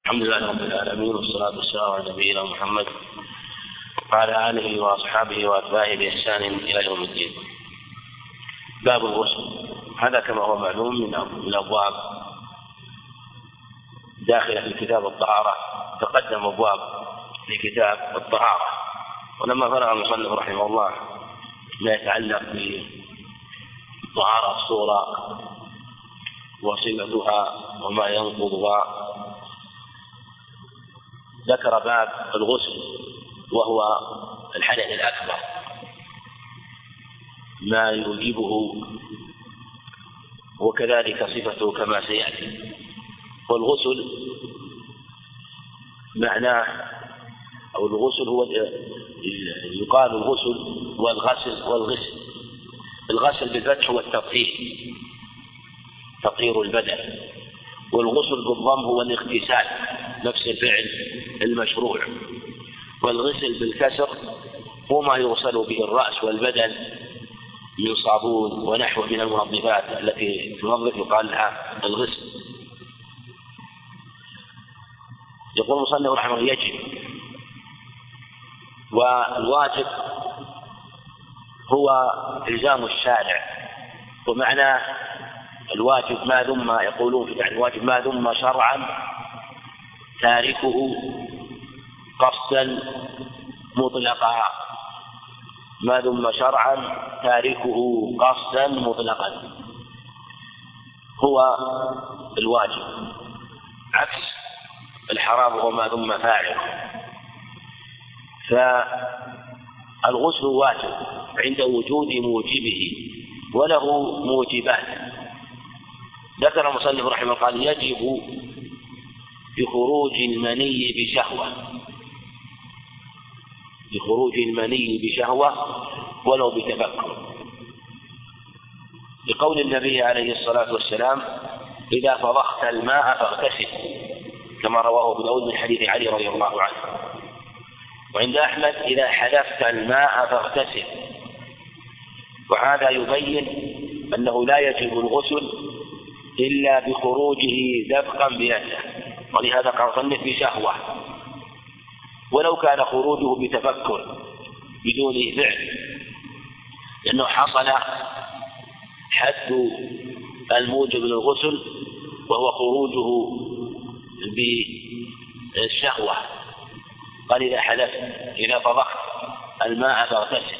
الحمد لله رب العالمين، والصلاة والسلام على نبينا محمد وعلى آله وأصحابه وأتباعه بإحسان إلى يوم الدين. باب الغسل، هذا كما هو معلوم من أبواب داخلة في كتاب الطهارة. تقدم أبواب في كتاب الطهارة، ولما فرغ المصنف رحمه الله ما يتعلق بالطهارة الصورة وصفتها وما ينقضها، ذكر باب الغسل وهو الحدث الأكبر ما يوجبه، وكذلك صفته كما سيأتي. والغسل معناه أو الغسل هو يقال الغسل والغسل والغسل. الغسل بالفتح هو التطهير، تطهير البدن، والغسل بالضم هو الاغتسال، نفس الفعل المشروع. والغسل بالكسر هو ما يغسل به الرأس والبدن من صابون ونحوه من المنظفات التي تنظف، يقال لها الغسل. يقول المصنف رحمه الله يجب، والواجب هو إلزام الشارع، ومعنى الواجب ما ذم، يقولون يعني الواجب ما ذم شرعا تاركه قصدا مطلقا، ما ذم شرعا تاركه قصدا مطلقا هو الواجب، عكس الحرام هو ما ذم فاعله. فالغسل واجب عند وجود موجبه، وله موجبات ذكر المصنف رحمه الله قال يجب بخروج المني بشهوة، بخروج المني بشهوة ولو بتفكر، لقول النبي عليه الصلاة والسلام إذا فضخت الماء فاغتسل، كما رواه ابو داود من حديث علي رضي الله عنه. وعند أحمد إذا حذفت الماء فاغتسل. وهذا يبين أنه لا يجب الغسل إلا بخروجه دفقا بلذة، ولهذا قال صنف بشهوة، ولو كان خروجه بتفكر بدون فعل، لأنه حصل حد الموجب للغسل وهو خروجه بالشهوة. قال إذا حدث إذا فضخت الماء فاغتسل.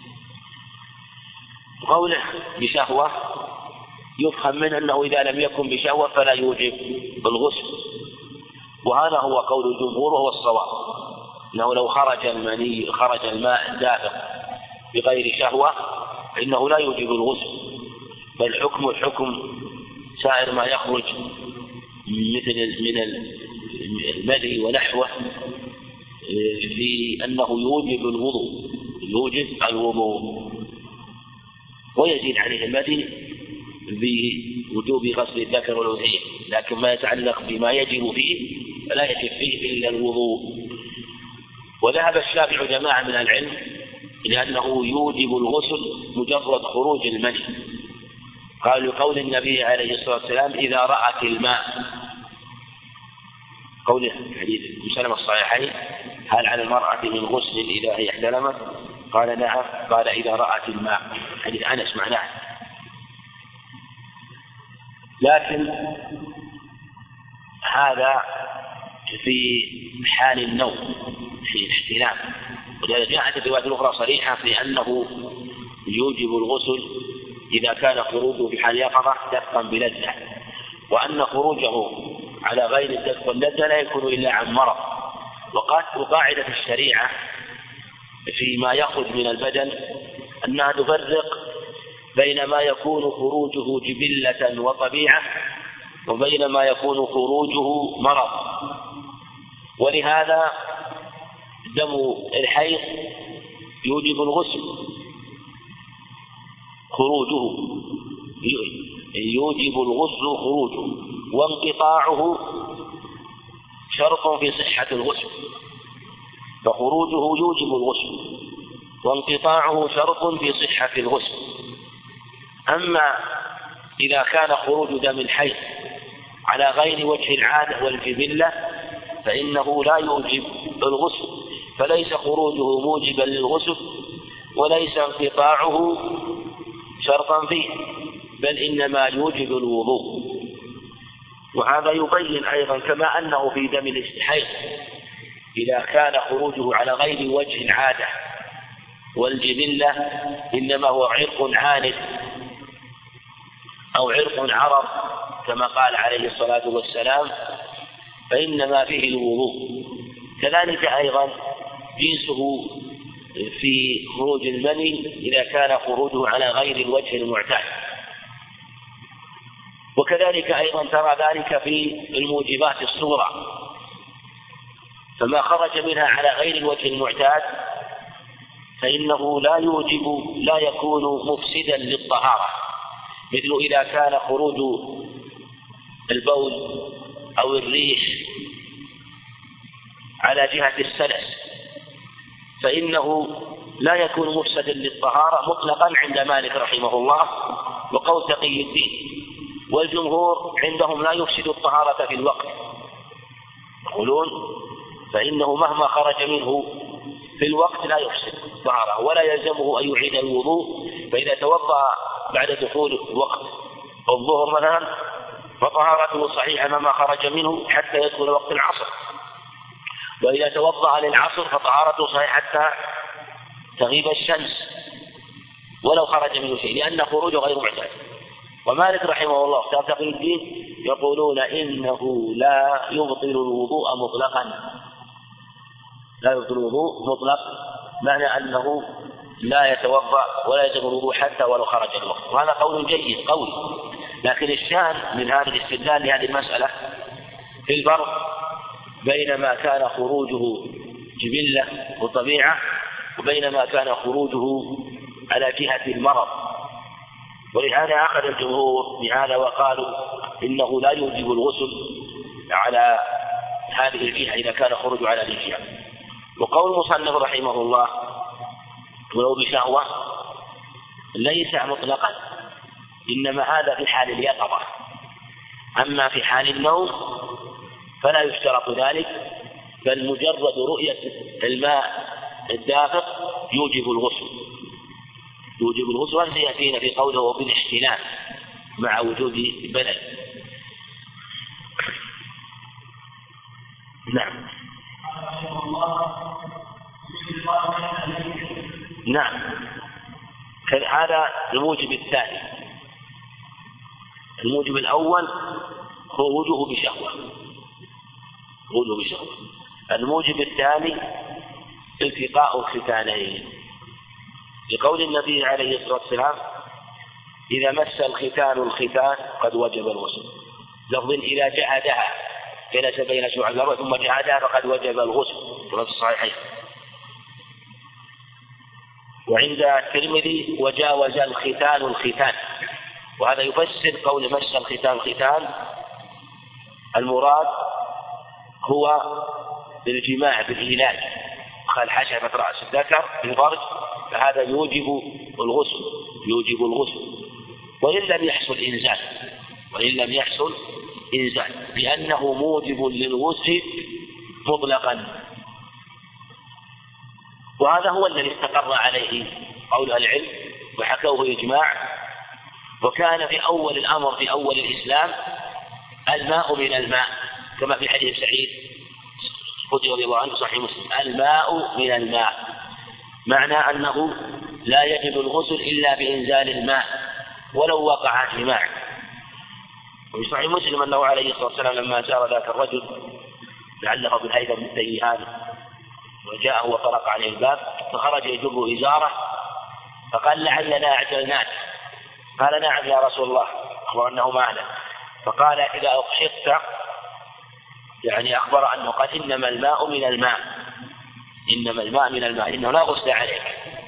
قوله بشهوة يفهم منه أنه إذا لم يكن بشهوة فلا يوجب الغسل، وهذا هو قول الجمهور وهو الصواب، أنه لو خرج الماء الدافق بغير شهوة فإنه لا يوجب الغسل، بل حكم سائر ما يخرج مثل من المذي ونحوه في أنه يوجب الوضوء، ويزيد عليه المذي بوجوب غسل الذكر والأنثى، لكن ما يتعلق بما يجب فيه فلا يجب فيه إلا الوضوء. وذهب الشافعي جماعة من العلم لأنه يوجب الغسل مجرد خروج المني، قالوا لقول النبي عليه الصلاة والسلام إذا رأت الماء، قوله حديث مسلم الصحيحين هل على المرأة من غسل إذا هي احتلمت؟ قال نعم، قال إذا رأت الماء، حديث أنس معناه. لكن هذا في حال النوم في الاحتلام، ولذلك جاءت الروايات الأخرى صريحة في أنه يوجب الغسل إذا كان خروجه في حال يقظة دفقا بلذة، وأن خروجه على غير الدفق واللذة لا يكون إلا عن مرض. وقاعدة الشريعة فيما يخرج من البدن أنها تفرق بين ما يكون خروجه جبلة وطبيعة وبين ما يكون خروجه مرض. ولهذا دم الحيض يوجب الغسل، خروجه يوجب الغسل خروجه، وانقطاعه شرط في صحة الغسل، فخروجه يوجب الغسل وانقطاعه شرط في صحة الغسل. أما إذا كان خروج دم الحيض على غير وجه العادة والجبلة فإنه لا يوجب الغسل، فليس خروجه موجبا للغسل وليس انقطاعه شرطا فيه، بل إنما يوجب الوضوء. وهذا يبين أيضا كما أنه في دم الاستحيض إذا كان خروجه على غير وجه عادة والجبلة إنما هو عرق عاند أو عرق عرض كما قال عليه الصلاة والسلام، فإنما فيه الوضوء. كذلك أيضا جنسه في خروج المني إذا كان خروجه على غير الوجه المعتاد. وكذلك أيضا ترى ذلك في الموجبات الصغرى، فما خرج منها على غير الوجه المعتاد فإنه لا يكون مفسدا للطهارة، مثل إذا كان خروج البول أو الريح على جهة السلس فإنه لا يكون مفسدا للطهارة مطلقا عند مالك رحمه الله وقول تقي الدين، والجمهور عندهم لا يفسد الطهارة في الوقت، يقولون فإنه مهما خرج منه في الوقت لا يفسد الطهارة ولا يلزمه أن يعيد الوضوء. فإذا توضأ بعد دخول وقت الظهر مثلا فطهارته صحيحة مهما خرج منه حتى يدخل وقت العصر، وإذا توضأ للعصر فطهارته صحيحة حتى تغيب الشمس ولو خرج منه شيء، لأن خروجه غير معتاد. ومالك رحمه الله وكتاب تقي الدين يقولون إنه لا يبطل الوضوء مطلقا، لا يبطل الوضوء مطلق، معنى أنه لا يتوضأ ولا يجب الوضوء حتى ولو خرج الوقت. وهذا قول جيد قوي، لكن الشان من هذا الاستدلال لهذه المسألة في الفرق بين ما كان خروجه جبلة وطبيعة وبين ما كان خروجه على جهة المرض. ولهذا أخذ الجمهور بهذا وقالوا إنه لا يوجب الغسل على هذه الجهة إذا كان خروجه على هذه الجهة. وقول المصنف رحمه الله ولو بشهوة ليس مطلقا، إنما هذا في حال اليقظة، أما في حال النوم فلا يشترط ذلك، بل مجرد رؤية الماء الدافق يوجب الغسل، وهذا يأتينا في قوله وبالاحتلام مع وجود بلد. نعم نعم، هذا الموجب الثاني. الموجب الأول خروجه بشهوة، الموجب الثاني التقاء الختانين، لقول النبي عليه الصلاة والسلام إذا مس الختان الختان قد وجب الغسل، لفظ إذا جهدها جلس بين شعوع الأرض ثم جهدها فقد وجب الغسل كما في الصحيحين. وعند الترمذي وجاوز الختان الختان، وهذا يفسر قول مس الختان الختان المراد هو بالجماع بالإيلاج خل حشفة رأس الذكر في الفرج، فهذا يوجب الغسل وإن لم يحصل إنزال لأنه موجب للغسل مطلقا. وهذا هو الذي استقر عليه قول العلم وحكوه إجماع. وكان في أول الأمر في أول الإسلام الماء من الماء كما في حديث سعيد رضي الله عنه صحيح مسلم، الماء من الماء، معنى أنه لا يجب الغسل إلا بإنزال الماء ولو وقع جماع. وفي صحيح مسلم أنه عليه الصلاة والسلام لما زار ذاك الرجل لعله بالهيثم بن تيهان وجاءه وطرق عليه الباب فخرج يجر إزاره فقال لعلنا أعجلناك، قال نعم يا رسول الله، أخبر أنه معنا، فقال إذا أضحكت يعني أخبر أنه قال إنما الماء من الماء إنه لا غسل عليك.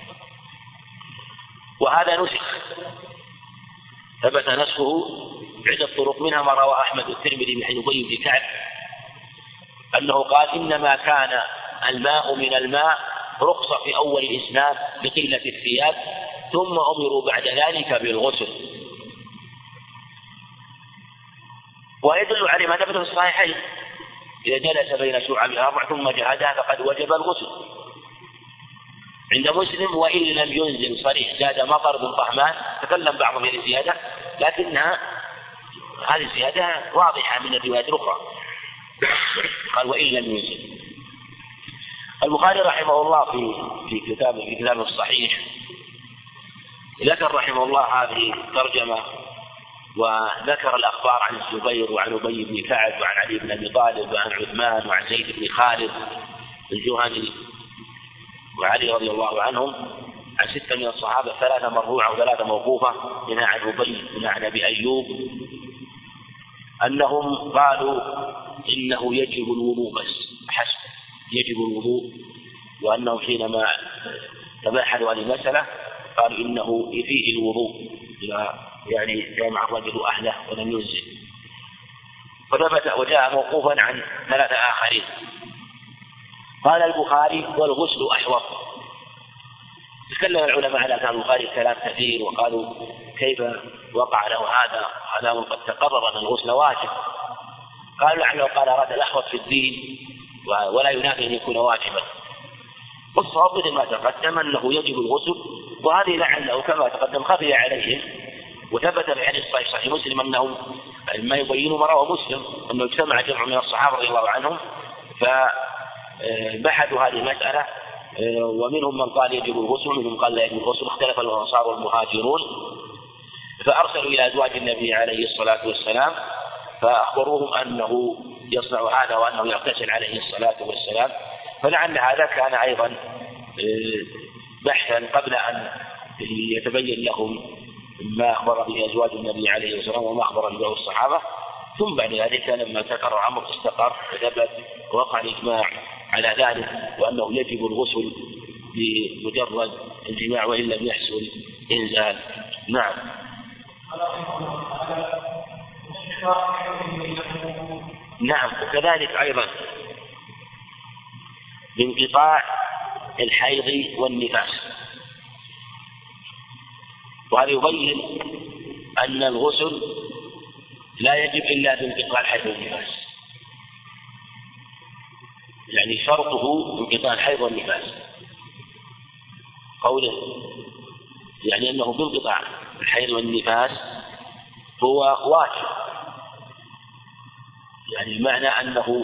وهذا نسخ ثبت نسخه عدة طرق، منها ما رواه أحمد والترمذي من حديث أبي بن كعب أنه قال إنما كان الماء من الماء رخصة في أول الإسلام بقلة الثياب ثم أمروا بعد ذلك بالغسل. ويدل عليه ما ثبت في الصحيحين إذا جلس بين شعب 4 ثم جهدها فقد وجب الغسل. عند مسلم وإن لم ينزل صريح زاد مطر بن طهمان، تكلم بعضهم في الزيادة لكنها هذه الزيادة واضحة من الروايات الأخرى، قال وإن لم ينزل. البخاري رحمه الله في كتابه الصحيح ذكر رحمه الله هذه الترجمة، وذكر الأخبار عن الزبير وعن أبي بن كعب وعن علي بن أبي طالب وعن عثمان وعن زيد بن خالد الجهني وعلي رضي الله عنهم، عن 6 من الصحابة، 3 مرفوعة و3 موقوفة، منها عن أبي ومنها عن أبي أيوب، أنهم قالوا إنه يجب الوضوء بس حسب، يجب الوضوء، وأنهم حينما تباحثوا عن المسألة قالوا إنه فيه الوضوء يعني جامع الرجل أهله ولم ينزل. فثبت وجاء موقوفا عن 3 آخرين. قال البخاري والغسل أحوط. تكلم العلماء على كلام البخاري كلام كثير، وقالوا كيف وقع له هذا وقد تقرر أن الغسل واجب. قالوا لعله قال أراد الأحوط في الدين ولا ينافي أن يكون واجبا. والصواب مثل ما تقدم أنه يجب الغسل، وهذه لعله كما تقدم خفي عليهم، وثبت في حديث صحيح مسلم أنه ما يبين ما رواه مسلم أنه اجتمع جمع من الصحابة رضي الله عنهم فبحثوا هذه المسألة، ومنهم من قال يجب الغسل ومنهم قال لا يجب الغسل، اختلف الأنصار والمهاجرون، فأرسلوا إلى أزواج النبي عليه الصلاة والسلام فأخبروهم أنه يصنع هذا وأنه يغتسل عليه الصلاة والسلام. فلعل هذا كان أيضا بحثا قبل أن يتبين لهم ما أخبر به أزواج النبي عليه الصلاة والسلام وما أخبر به الصحابة. ثم بعد ذلك لما ذكر عمرو استقر وثبت ووقع الإجماع على ذلك، وأنه يجب الغسل بمجرد الجماع وإن لم يحصل إنزال. نعم. نعم. وكذلك أيضا بانقطاع الحيض والنفاس، وهذا يبين أن الغسل لا يجب إلا بانقطاع الحيض والنفاس، يعني شرطه انقطاع الحيض والنفاس، قوله يعني أنه بانقطاع الحيض والنفاس هو واجب، يعني المعنى أنه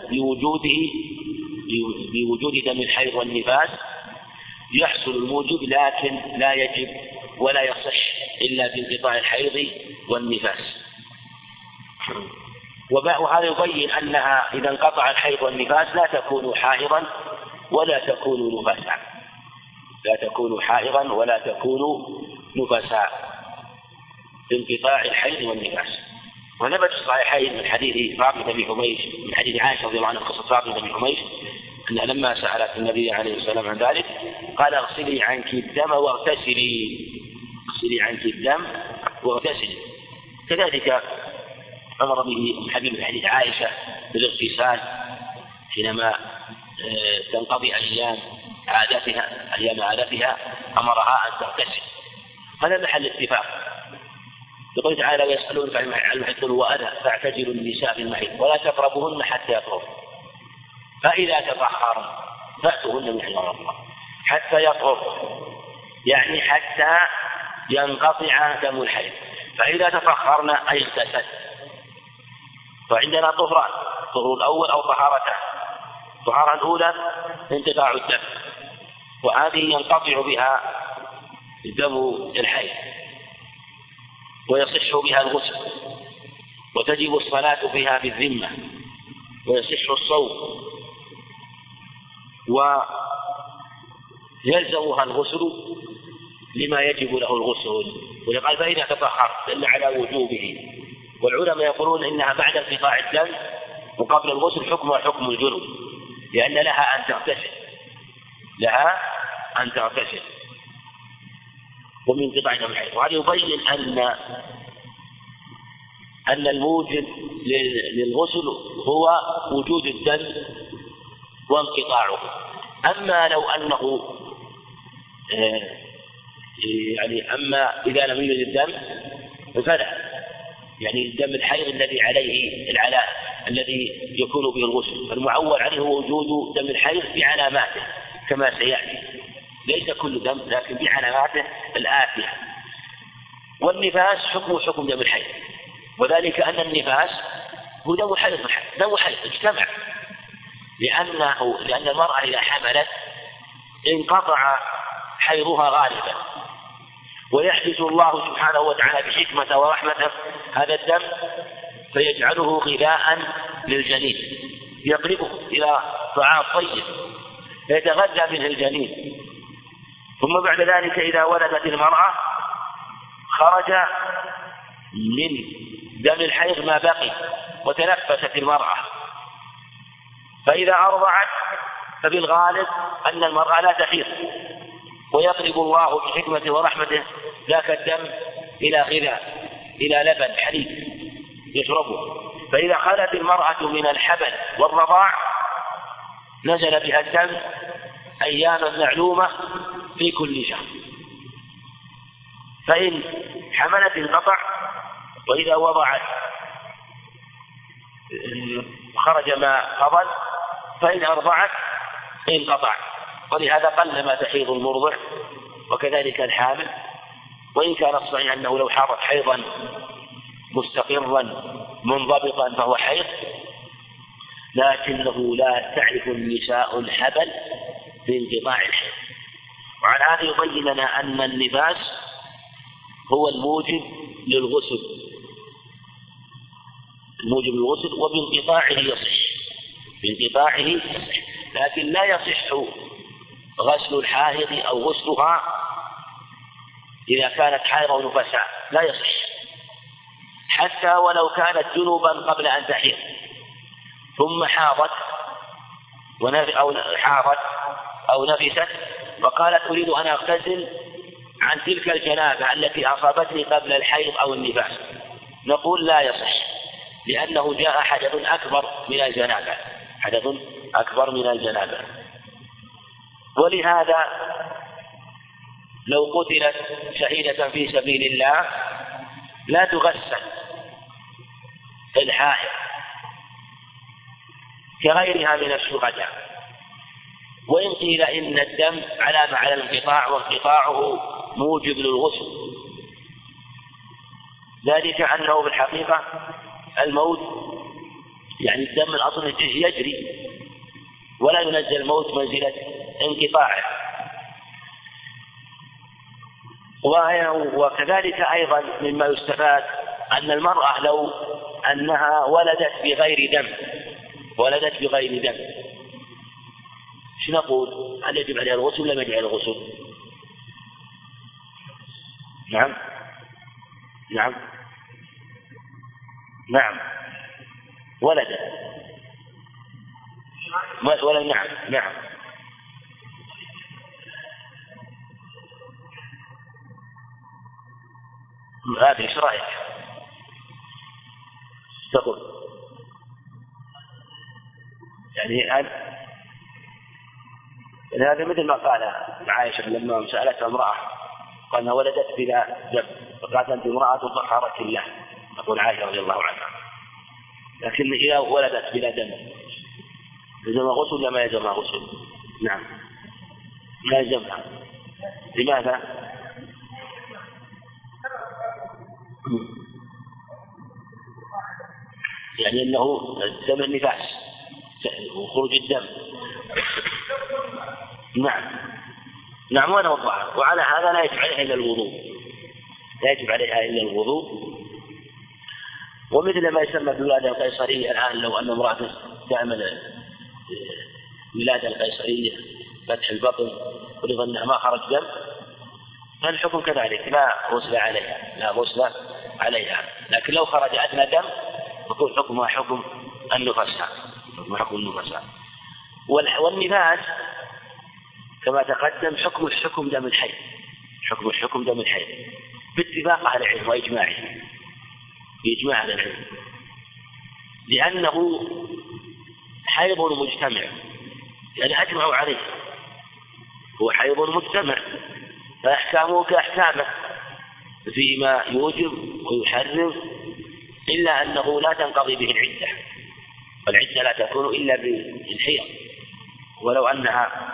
بوجود دم الحيض والنفاس يحصل الموجب، لكن لا يجب ولا يصح إلا بانقطاع الحيض والنفاس. وهذا يبين أنها إذا انقطع الحيض والنفاس لا تكون حائضا ولا تكون نفسا، لا تكون حائضا ولا تكون نفسا بانقطاع الحيض والنفاس. ونبت الصحيحين من حديث فاطمة بن حميش، من حديث عائشة رضي الله عنها قصة فاطمة بن حميش أنها لما سألت النبي عليه السلام عن ذلك قال اغسلي عنك الدم واغتسلي، اغسلي عنك الدم واغتسلي. كذلك أمر به حبيب من حديث عائشة بالاغتسال حينما تنقضي أيام عادتها أمرها أن تغتسل. هذا محل اتفاق. يقول تعالى ويسألونك عن المحيض قل هو أذى فاعتزلوا النساء في المحيض ولا تقربوهن حتى يطهرن فإذا تطهرن فأتوهن من حيث أمر الله حتى يطهر، يعني حتى ينقطع دم الحيض، فإذا تطهرن أي اغتسل. فعندنا طهران، الطهر الأول أو طهارتان. الطهارة الأولى انقطاع الدم، وهذه ينقطع بها دم الحيض ويصح بها الغسل وتجب الصلاة فيها بالذمة ويصح الصوم ويلزمها الغسل لما يجب له الغسل. ولقال فإذا تطهر دل على وجوبه. والعلماء يقولون إنها بعد انقطاع الدم وقبل الغسل حكمها حكم الجنب، لأن لها أن تغتسل ومن انقطاع دم الحيض. وهذا يبين أن الموجب للغسل هو وجود الدم وانقطاعه. أما لو أنه أما إذا لم يوجد الدم فلا، يعني الدم الحيض الذي عليه العلامة الذي يكون به الغسل. المعول عليه هو وجود دم الحيض بعلاماته كما سيأتي، ليس كل دم لكن بعلاماته الآتية. والنفاس حكم دم الحيض، وذلك أن النفاس هو دم حيض اجتمع، لأن المرأة إذا حملت انقطع حيضها غالبا، ويحدث الله سبحانه وتعالى بحكمة ورحمته هذا الدم فيجعله غذاء للجنين، يقلبه إلى طعام طيب يتغذى منه الجنين. ثم بعد ذلك إذا ولدت المرأة خرج من دم الحيض ما بقي وتنفست المرأة، فإذا أرضعت فبالغالب أن المرأة لا تحيض، ويقلب الله بحكمته ورحمته ذاك الدم إلى غذاء، إلى لبن حليب يشربه. فإذا خلت المرأة من الحبل والرضاع نزل بها الدم أياما معلومة في كل شهر، فإن حملت انقطع، وإذا وضعت خرج ما قبل، فإن أرضعت انقطع. ولهذا قل ما تحيض المرضع وكذلك الحامل، وإن كان الصحيح أنه لو حاضت حيضا مستقرا منضبطا فهو حيض، لكنه لا تعرف النساء الحبل بانقطاع الحيض. وعلى هذا يبين لنا أن النفاس هو الموجب للغسل، وبانقطاعه يصح، لكن لا يصح غسل الحائض أو غسلها إذا كانت حائض أو نفساء، لا يصح، حتى ولو كانت جنوبا قبل أن تحيض ثم حاضت أو نفست وقالت أريد أن أغتسل عن تلك الجنابة التي أصابتني قبل الحيض أو النفاس، نقول لا يصح، لأنه جاء حدث أكبر من الجنابة. ولهذا لو قتلت شهيدة في سبيل الله لا تغسل الحائض كغيرها من الشهداء. وإن قيل إن الدم علامة على الانقطاع وانقطاعه موجب للغسل، ذلك أنه بالحقيقة الموت يعني الدم الأصل يجري ولا ينزل الموت منزلة انقطاعه. وكذلك أيضا مما يستفاد أن المرأة لو أنها ولدت بغير دم نقول هل يجب عليها الغسل ولا ما يجب عليها الغسل؟ نعم ولدت نعم هذه ايش رايك؟ تقول يعني هذا مثل ما قال عائشة لما سألتها امرأة قال انها ولدت بلا دم، فقالت انت امرأة طهرك الله، تقول عائشة رضي الله عنها. لكن إذا ولدت بلا دم يلزم غسل ولا ما يلزم غسل؟ نعم لا يلزمها. لماذا؟ يعني أنه دم النفاس وخروج الدم. نعم وأنا وضعها. وعلى هذا لا يجب عليها إلا الوضوء. ومثل ما يسمى بالولادة القيصرية الآن، لو أن امرأة تعمل ولادة القيصرية فتح البطن ورغم أنها ما خرج دم فالحكم كذلك لا غسل عليها. لكن لو خرج أدنى دم يكون حكمها حكم النفساء. والنفاس كما تقدم حكم دم الحيض باتفاق أهل العلم بإجماع أهل العلم، لأنه حيض مجتمع، يعني أجمعوا عليه، هو حيض مجتمع فأحكامه كأحكامه فيما يوجب ويحرم، إلا أنه لا تنقضي به العدة العدة لا تكون إلا بالحيض، ولو أنها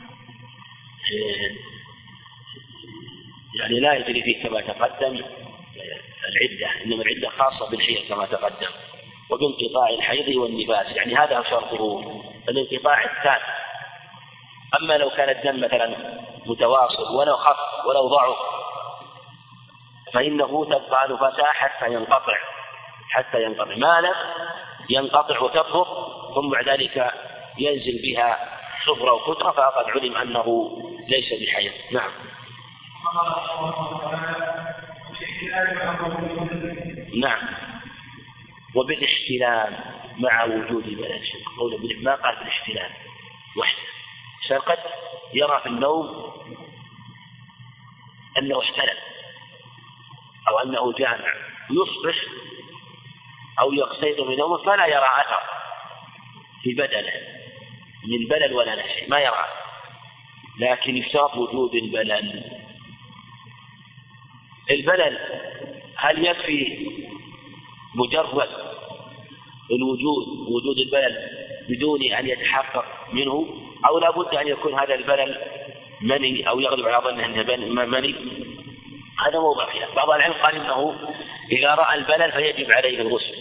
يعني لا يجري فيه كما تقدم العدة، إنما العدة خاصة بالحيض كما تقدم، وبانقطاع الحيض والنفاس، يعني هذا شرطه الانقطاع الثاني. أما لو كان الدم مثلا متواصل ولو خف ولو ضعف فإنه تبقى نفساء حتى ينقطع ما لم ينقطع وتطهر، ثم بعد ذلك ينزل بها صفرة وكترة فقد علم أنه ليس بحيض. نعم. نعم. وبالاحتلام مع وجود بلد، ما قال بالاحتلام وحده، قد يرى في النوم أنه احتلم أو أنه جامع يصبح أو يقصد من نومه فلا يرى أثر في بدنه من بلل ولا شيء، ما يرى، لكن يشترط وجود البلل هل يكفي مجرد وجود البلل بدون أن يتحقق منه، أو لا بد أن يكون هذا البلل مني أو يغلب على ظنه أنه مني؟ هذا موضع فيها. بعض العلم قال إنه إذا رأى البلل فيجب عليه الغسل،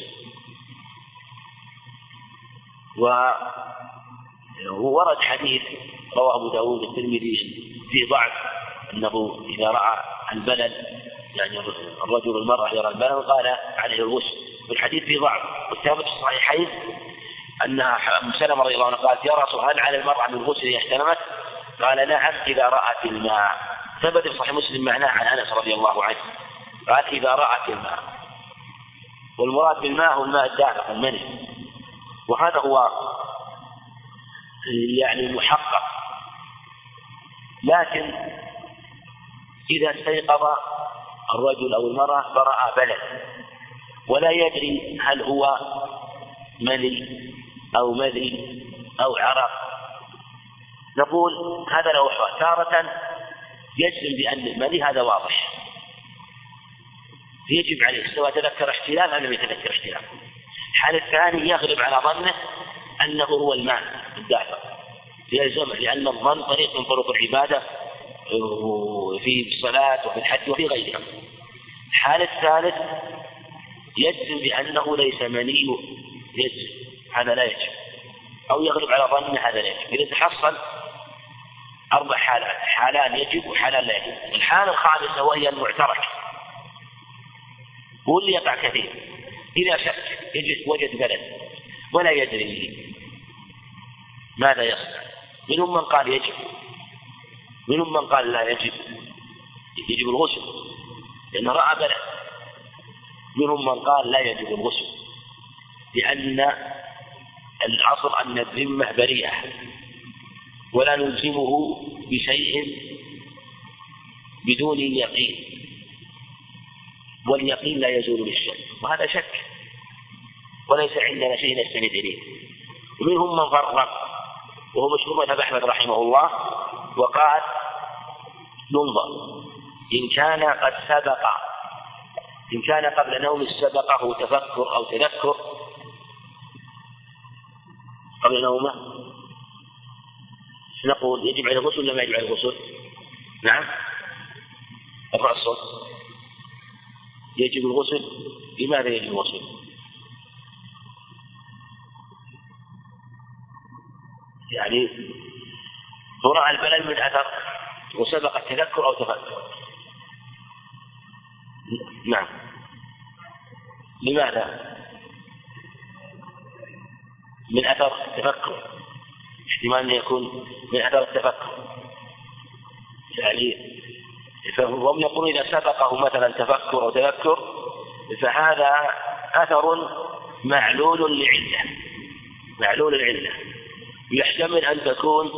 وورد حديث رواه أبو داود الترمذي فيه ضعف، أنه إذا رأى البلل يعني الرجل المرأة يرى البلل قال عليه الغسل، والحديث فيه ضعف. والثابت في الصحيحين أن أم سلمة رضي الله عنها قالت يا رسول هل على المرأة من غسل احتلمت؟ قال نعم إذا رأت الماء. ثبت في صحيح مسلم معناه عن أنس رضي الله عنه قال إذا رأت الماء، والمراد بالماء هو الماء الدافق المني، وهذا هو يعني المحقق. لكن إذا استيقظ الرجل أو المرأة فرأى بلل ولا يدري هل هو مني أو مذي أو عرق، نقول هذا له حوار. تارة يجزم بأن المني هذا واضح يجب عليه سواء تذكر احتلام أو لم يتذكر احتلام. الحال الثاني يغلب على ظنه أنه هو الماء الدافق يلزمه، لأن الظن طريق من طرق العبادة في الصلاة وفي الحج وفي غيرها. الحال الثالث يجزم بأنه ليس مني، يجزم هذا لا يجب، أو يغلب على ظنه هذا لا يجب. إذا تحصل 4 حالات، حالان يجب وحالان لا يجب. الحالة الخامسة وهي المعترك واللي يقع كثير، إذا شك وجد بلد ولا يدري ماذا يصنع، منهم من قال يجب، منهم من قال لا يجب، يجب الغسل لأنه رأى بلد، منهم من قال لا يجب الغسل لأن الأصل أن الذمة بريئة ولا نلزمه بشيء بدون يقين، واليقين لا يزول بالشك، وهذا شك وليس عندنا شيء نستند إليه. ومنهم من فرق وهو مشهور مذهب أحمد رحمه الله وقال ينظر إن كان قد سبق، إن كان قبل نوم سبقه تفكر أو تذكر قبل نومه نقول يجب عليه الغسل ولا ما يجب عليه الغسل؟ نعم الرأس يجب الغسل. لماذا يجب الغسل؟ يعني رأى البلل من أثر وسبق التذكر أو تفكر. نعم لماذا؟ من أثر التفكر، احتمال أن يكون من أثر التفكر، يعني فهم يقولون إذا سبقه مثلا تفكر أو تذكر فهذا أثر معلول لعلة، معلول العلة، يحتمل أن تكون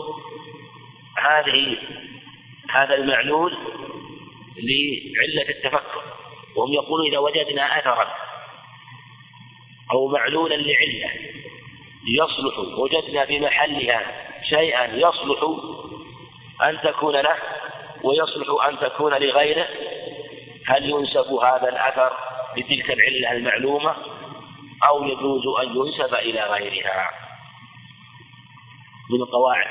هذا المعلول لعلة التفكر. وهم يقولون إذا وجدنا أثرا أو معلولا لعلة يصلح، وجدنا في محلها شيئا يصلح أن تكون له ويصلح أن تكون لغيره، هل ينسب هذا الأثر لتلك العلة المعلومة أو يجوز أن ينسب إلى غيرها. من القواعد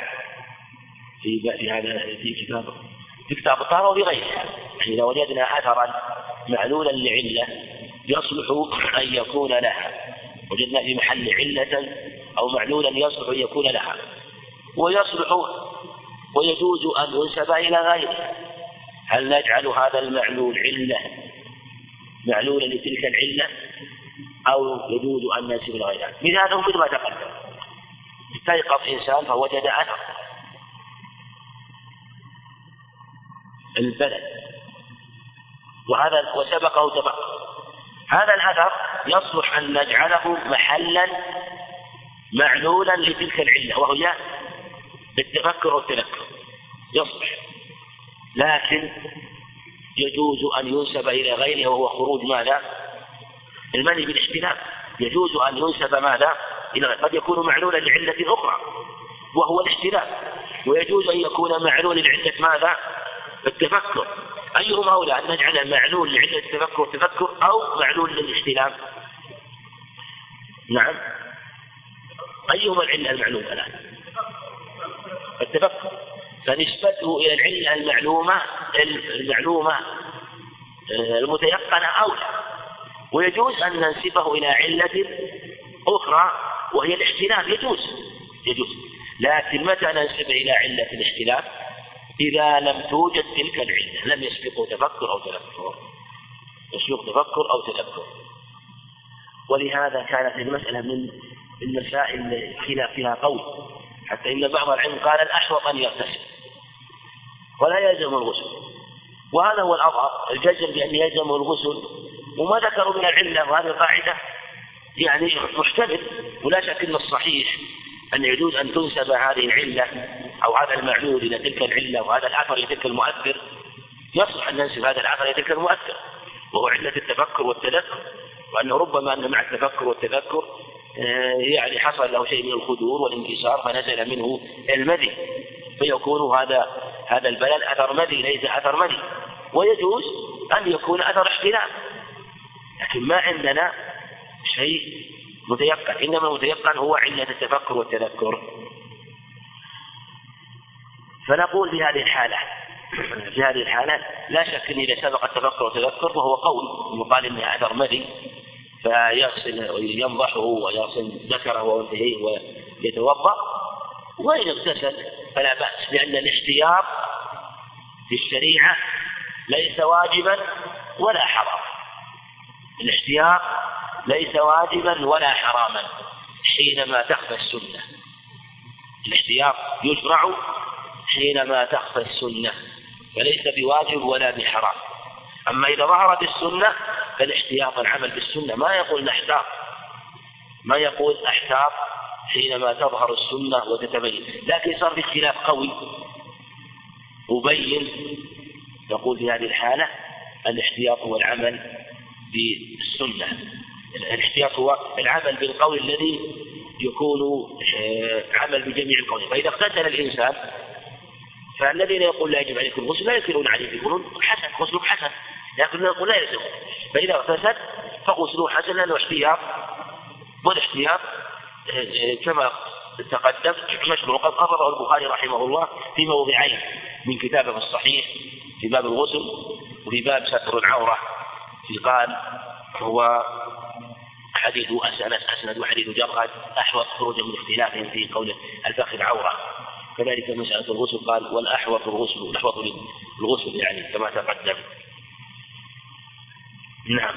في كتاب الطهارة وغيرها، يعني إذا وجدنا أثرا معلولا لعلة يصلح أن يكون لها، وجدنا في محل علة أو معلولا يصلح أن يكون لها، ويصلح ويجوز أن ينسب إلى غيرها، هل نجعل هذا المعلول علة معلولا لتلك العلة أو يجوز أن ننسب إلى غيرها؟ مثاله مثل ما تقدم: استيقظ إنسان فوجد أثر البلد وهذا وسبقه تبقى، هذا الأثر يصلح أن نجعله محلا معلولا لتلك العلة وهي بالتفكر والتذكر، يصلح، لكن يجوز أن ينسب إلى غيره وهو خروج ماذا؟ المني بالاحتلام. يجوز أن ينسب ماذا؟ إلى غيره، قد يكون معلولا لعلة أخرى وهو الاحتلام، ويجوز أن يكون معلولا لعلة ماذا؟ التفكر. أيهما أولى، أن نجعل معلول لعلة التفكر والتذكر أو معلول للاحتلام؟ نعم، أيهما العلة المعلومة الآن؟ التفكر، فنسبته إلى العلة المعلومة المتيقنة أولى، ويجوز أن ننسبه إلى علة أخرى وهي الاحتلام، يجوز، لكن متى ننسب إلى علة الاحتلام؟ إذا لم توجد تلك العلة، لم يسبقه تفكر أو تذكر، ولهذا كانت المسألة من المسائل خلاف فيها قول، حتى إن بعض العلم قال الأحوط أن يغتسل ولا يلزم الغسل، وهذا هو الأظهر، الجزم بأن يلزم الغسل، وما ذكروا من العلة، وهذه القاعدة يعني محتمل، ولا شك أن الصحيح أن يجوز أن تنسب هذه العلة أو هذا المعلول إلى تلك العلة وهذا الأثر إلى تلك المؤثر، يصلح أن ننسب هذا الأثر إلى تلك المؤثر وهو علة التفكر والتذكر، وأنه ربما أن مع التفكر والتذكر يعني حصل له شيء من الخدور والانكسار فنزل منه المذي، فيكون هذا البلل أثر مذي ليس أثر مذي، ويجوز أن يكون أثر احتلام، لكن ما عندنا شيء متيقن، إنما المتيقن هو علة التفكر والتذكر. فنقول في هذه الحالة لا شك أن إذا سبق التفكر والتذكر فهو قول، يقال إنه أثر مذي فيغسل وينضحه ويغسل ذكره وأنثيه ويتوضأ، وإن اغتسل فلا بأس، لأن الاحتياط في الشريعة ليس واجبا ولا حراما، الاحتياط ليس واجبا ولا حراما حينما تخفى السنة، الاحتياط يشرع حينما تخفى السنة، فليس بواجب ولا بحرام. أما إذا ظهرت السنة فالاحتياط العمل بالسنة، ما يقول أحتاط حينما تظهر السنة وتتبين، لكن صار في اختلاف قوي مبين، نقول في هذه الحالة الاحتياط هو العمل بالسنة، الاحتياط هو العمل بالقول الذي يكون عمل بجميع القول. فإذا اغتسل الإنسان فالذين يقول لا يجب عليكم الغسل لا ينكرون عليه، يقولون حسن، غسله حسن، لكن نقول لا يلزم، فإذا اغتسل فغسله حسن لأنه احتياط، والاحتياط كما تقدم مشروع. قد قرره البخاري رحمه الله في موضعين من كتابه الصحيح، في باب الغسل وفي باب ستر العورة، في قال هو حديث أسند وحديث جرأد أحوط خروجا من اختلافهم في قول الفخذ عورة، كذلك مسألة الغسل قال والأحوط الغسل يعني كما تقدم. نعم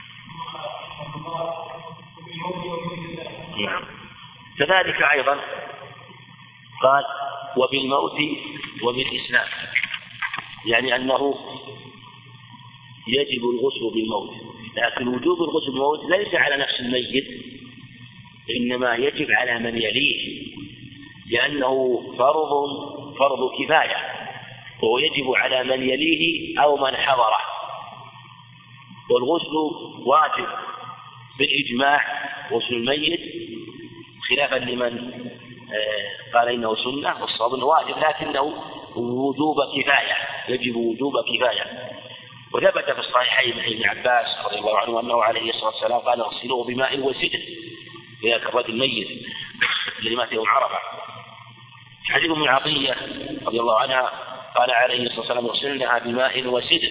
كذلك أيضا قال وبالموت وبالإسلام، يعني أنه يجب الغسل بالموت، لكن وجوب الغسل بالموت ليس على نفس الميت، إنما يجب على من يليه، لأنه فرض كفاية، وهو يجب على من يليه أو من حضره، والغسل واجب بالإجماع غسل الميت، خلافا لمن قال إنه سنة، والصواب أنه واجب لكنه وجوب كفاية، يجب وجوب كفاية. وثبت في الصحيحين عن ابن عباس رضي الله عنه أنه عليه الصلاة والسلام قال اغسلوه بماء وسدر إذا كان الرجل ميت الذي مات يوم عرفة. حديث ابن عطية رضي الله عنها قال عليه الصلاة والسلام اغسلنها بماء وسدر،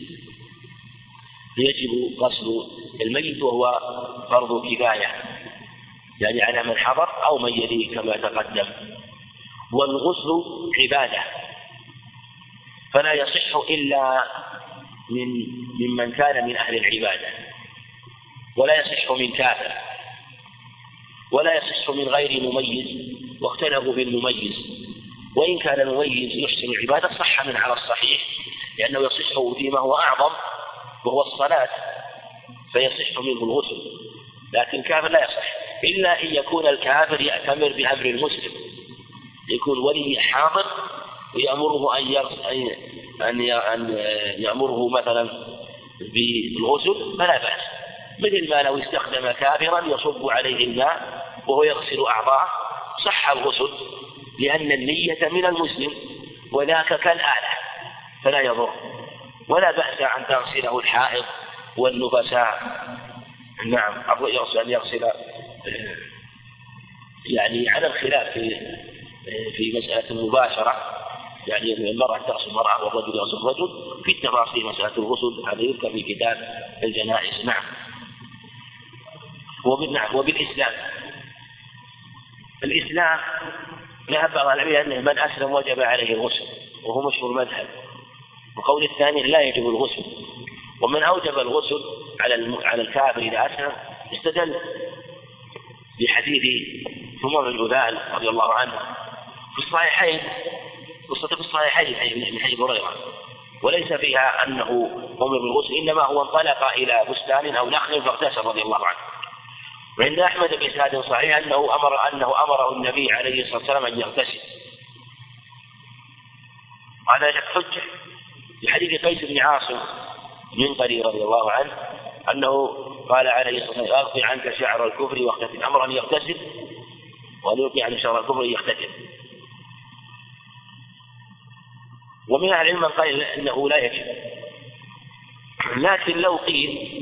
يجب غسل الميت وهو فرض كفاية يعني على من حضر أو من يليه كما تقدم. والغسل عبادة فلا يصح إلا ممن كان من أهل العبادة، ولا يصح من كافر، ولا يصح من غير مميز، واختلفوا بالمميز، وإن كان المميز يحسن العبادة صح من على الصحيح، لأنه يصح فيما هو أعظم وهو الصلاة فيصح منه الغسل، لكن كافر لا يصح إلا أن يكون الكافر يأتمر بأمر المسلم، يكون ولي حاضر ويأمره أن يأمره مثلا بالغسل فلا بأس، مثل ما لو استخدم كافرا يصب عليه الماء وهو يغسل أعضاءه صح الغسل، لأن النية من المسلم وذاك كالآلة فلا يضر، ولا بأس أن تغسله الحائض والنفساء. نعم أن يغسل يعني على الخلاف في مسألة المباشرة، يعني المرأة تغسل المرأة والرجل يغسل الرجل، في التفاصيل مسألة الغسل هذا يذكر في كتاب الجنائز. نعم. وبالإسلام الإسلام ذهب بعض العلماء أنه من أسلم وجب عليه الغسل وهو مشهور المذهب، وقول الثاني لا يجب الغسل، ومن أوجب الغسل على الكافر إذا أسلم استدل بحديث ثمامة بن أثال رضي الله عنه في الصحيحين، قصة في الصحيحين من حديث هريرة، وليس فيها أنه أمر بالغسل، إنما هو انطلق إلى بستان أو نخل فاغتسل رضي الله عنه. وعند أحمد بإسناد صحيح أنه أمره النبي عليه الصلاة والسلام أن يغتسل، وهذا حجة لحديث قيس بن عاصم المنقري رضي الله عنه أنه قال عليه الصلاة والسلام أغفر عنك شعر الكفر واغتسل، أمر أن يغتسل وأن يلقي عن شعر الكفر يغتسل. ومن أهل العلم من قال إنه لا يجب، لكن لو قيل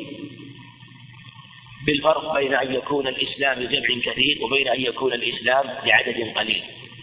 بالفرق بين أن يكون الإسلام لجمع كثير وبين أن يكون الإسلام لعدد قليل،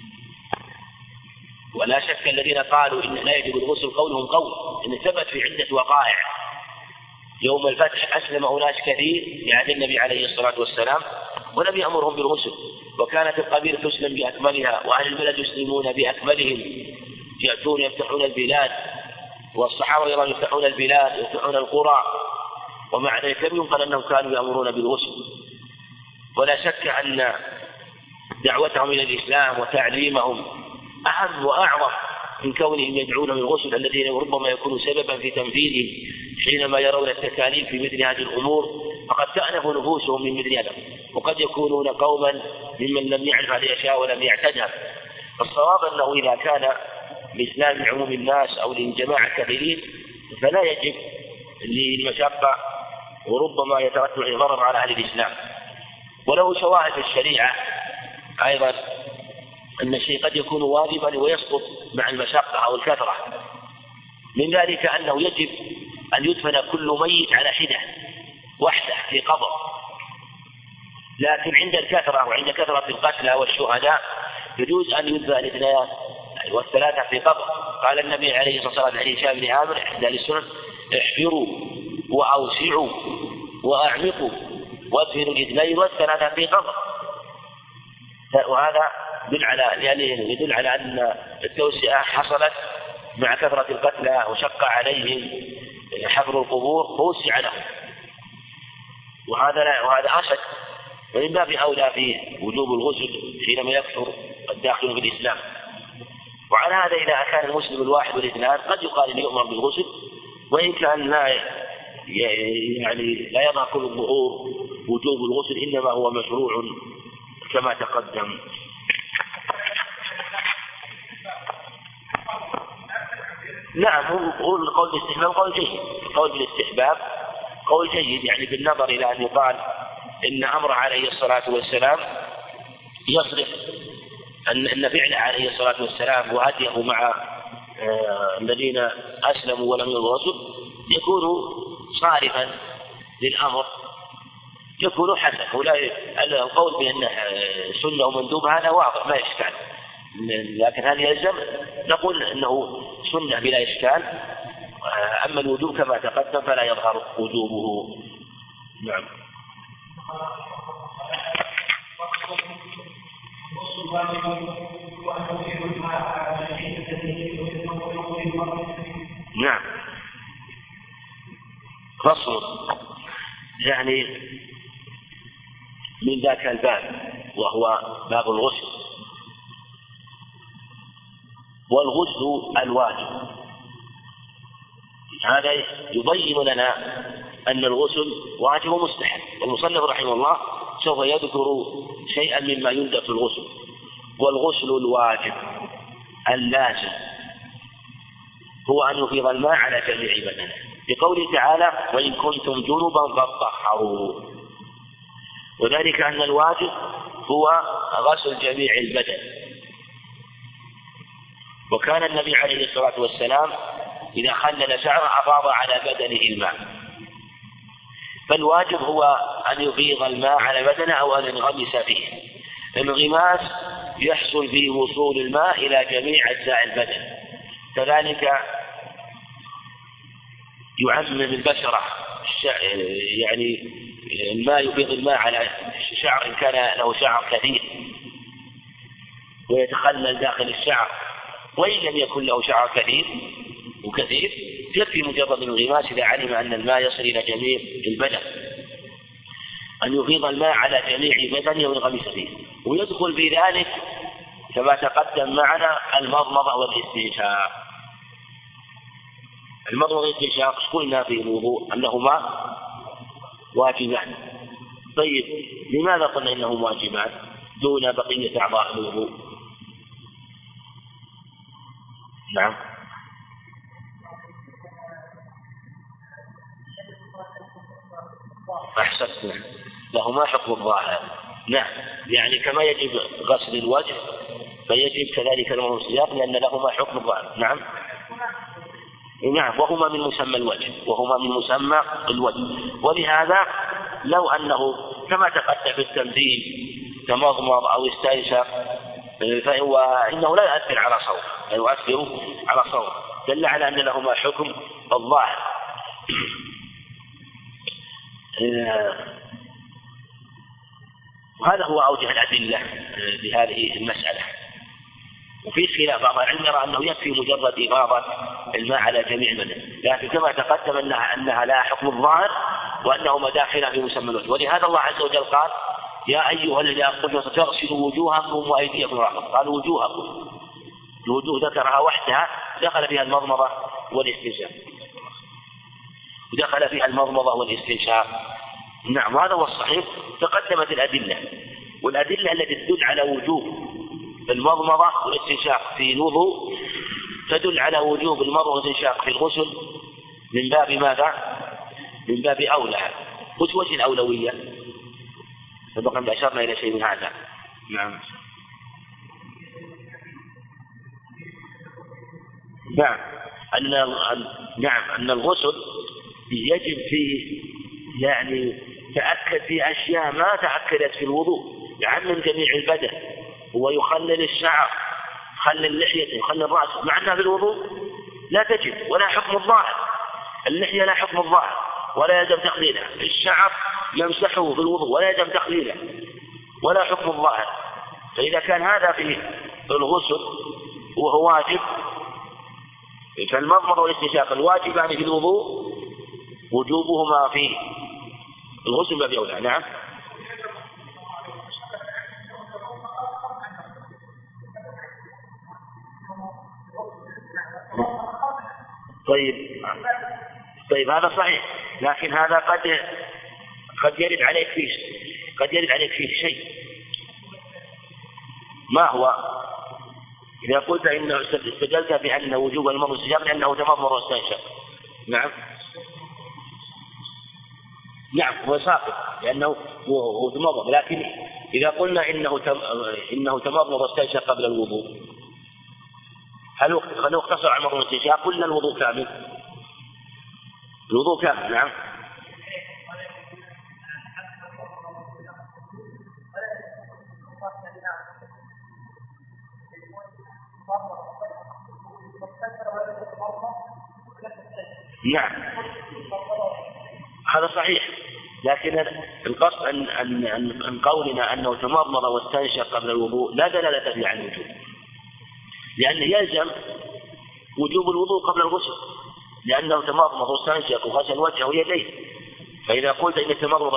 ولا شك الذين قالوا إن لا يجب الغسل قولهم قول إن ثبت في عدة وقائع. يوم الفتح أسلم أناس كثير لعهد النبي عليه الصلاة والسلام ولم يأمرهم بالغسل، وكانت القبيلة تسلم بأكملها وأهل البلد يسلمون بأكملهم، يأتون يفتحون البلاد، والصحابة يفتحون البلاد يفتحون القرى، ومع ذلك لم ينقل أنهم كانوا يأمرون بالغسل. ولا شك أن دعوتهم إلى الإسلام وتعليمهم أهم وأعظم من كونهم يدعون بالغسل الذين ربما يكون سببا في تنفيذه حينما يرون التكاليف في مثل هذه الأمور، فقد تأنف نفوسهم من مثل هذا، وقد يكونون قوما ممن لم يعرف هذه الأشياء ولم يعتدها. الصواب أنه إذا كان الإسلام لعموم الناس أو لجماعة كثيرين فلا يجب للمشقة، وربما يترتب ضرر على أهل الإسلام. وله شواهد في الشريعة أيضا أن الشيء قد يكون واجبا ويسقط مع المشقة أو الكثرة، من ذلك أنه يجب أن يدفن كل ميت على حدة وحده في قبر، لكن عند الكثرة وعند كثرة القتلى والشهداء يجوز أن يدفن الاثنين والثلاثة في قبر. قال النبي عليه الصلاة والسلام عن هشام بن عامر إحدى السنن احفروا وأوسعوا وأعمقوا وادفنوا الاثنين والثلاثة في قبر، وهذا يدل على أن التوسعة حصلت مع كثرة القتلى وشق عليهم حفر القبور فوسع لهم، وهذا أشد، ومن باب أولى في وجوب الغسل حينما يكثر الداخل في الإسلام. وعلى هذا إذا كان المسلم الواحد والاثنان قد يقال أن يؤمر بالغسل، وإن كان لا يظهر كل الظهور وجوب الغسل، إنما هو مشروع كما تقدم. نعم هو القول بالاستحباب قول جيد، القول بالاستحباب قول جيد، يعني بالنظر إلى أن يقال إن أمر عليه الصلاة والسلام يصرف أن فعله عليه الصلاة والسلام وهديه مع الذين أسلموا ولم يغسلوا يكون صارفا للأمر يكون حسن. القول بأنه سنة ومندوب هذا واضح ما إشكال، لكن هل يلزم؟ نقول أنه سنة بلا إشكال. أما الوجوب كما تقدم فلا يظهر وجوبه. نعم. نعم. فصل يعني من ذاك الباب وهو باب الغسل. والغسل الواجب هذا يبين لنا أن الغسل واجب ومستحب. والمصنف رحمه الله سوف يذكر شيئا مما يندب في الغسل. والغسل الواجب اللازم هو أن يفيض الماء على جميع بدنه، بقوله تعالى وإن كنتم جنبا فاطهروا، وذلك أن الواجب هو غسل جميع البدن. وكان النبي عليه الصلاة والسلام إذا خلل شعره أفاض على بدنه الماء، فالواجب هو أن يفيض الماء على بدنه أو أن ينغمس فيه. الانغماس يحصل فيه وصول الماء إلى جميع أجزاء البدن. كذلك يعمم البشرة، يعني الماء يفيض الماء على الشعر إن كان له شعر كثير ويتخلل داخل الشعر، وإن لم يكن له شعر كثير يكفي مجرد الانغماس إذا علم أن الماء يصل إلى جميع البدن، أن يفيض الماء على جميع بدنه وينغمس فيه. ويدخل في ذلك كما تقدم معنا المضمضة والاستنشاق. المضمضة والاستنشاق قلنا في الوضوء أنهما واجبان. طيب لماذا قلنا إنهما واجبان دون بقية أعضاء الوضوء؟ نعم. أحسنت، لهما حكم الظاهر. نعم، يعني كما يجب غسل الوجه فيجب كذلك المنصيات لأن لهما حكم الظاهر. نعم. نعم، وهما من مسمى الوجه. ولهذا لو أنه كما تقدم في التمثيل تمضمض أو استنشق فإنه لا يؤثر على صوت، دل على أن لهما حكم الظاهر. وهذا هو أوجه الأدلة لهذه المسألة. وفي خلاف بعض العلم يرى أنه يكفي مجرد إفاضة الماء على جميع البدن، لكن كما تقدم أنها لا حكم الظاهر وأنهما داخلان في مسمى الوجه. ولهذا الله عز وجل قال يا أيها الذين آمنوا تغسلوا وجوهكم وأيديكم رحمة. قال وجوهكم، الوجوه ذكرها وحدها دخل فيها المضمضة والاستنشاق. نعم، وهذا هو الصحيح. تقدمت الأدلة، والأدلة التي تدل على وجوب المضمضة والاستنشاق في الوضوء تدل على وجوب المضمضة والاستنشاق في الغسل من باب ماذا؟ من باب أولى. وجه الأولوية سبق أن أشرنا إلى شيء من هذا. نعم. أن الغسل يجب فيه يعني تأكد في أشياء ما تأكدت في الوضوء، يعمم جميع البدن ويخلل الشعر، يخلل لحيته، يخلل رأسه، مع أنها في الوضوء لا تجب ولا حكم الظاهر. اللحية لا حكم الظاهر ولا يلزم تخليلها، الشعر يمسحه في الوضوء ولا يلزم تخليله ولا حكم الظاهر. فإذا كان هذا في الغسل وهو واجب فالمضمضة والاستنشاق الواجبان في الوضوء وجوبهما في الغسل باب أولى. نعم. طيب هذا صحيح، لكن هذا قد يرد عليك فيه شيء. ما هو؟ إذا قلت إنه استدلت بأن وجوب المضمضة والاستنشاق لأنه تمضمض واستنشق. نعم هو ساقط لأنه هو تمضمض، لكن إذا قلنا إنه تمضمض واستنشق قبل الوضوء هل اقتصر على المضمضة والاستنشاق؟ قلنا الوضوء كامل. الوضوء كامل. نعم. نعم هذا صحيح، لكن القصد أن قولنا أنه تمضمض واستنشق قبل الوضوء لا دلالة فيه على الوجوب، لأنه يلزم وجوب الوضوء قبل الغسل، لأنه تمضمض واستنشق وغسل وجهه ويديه. فإذا قلت إن تمضمض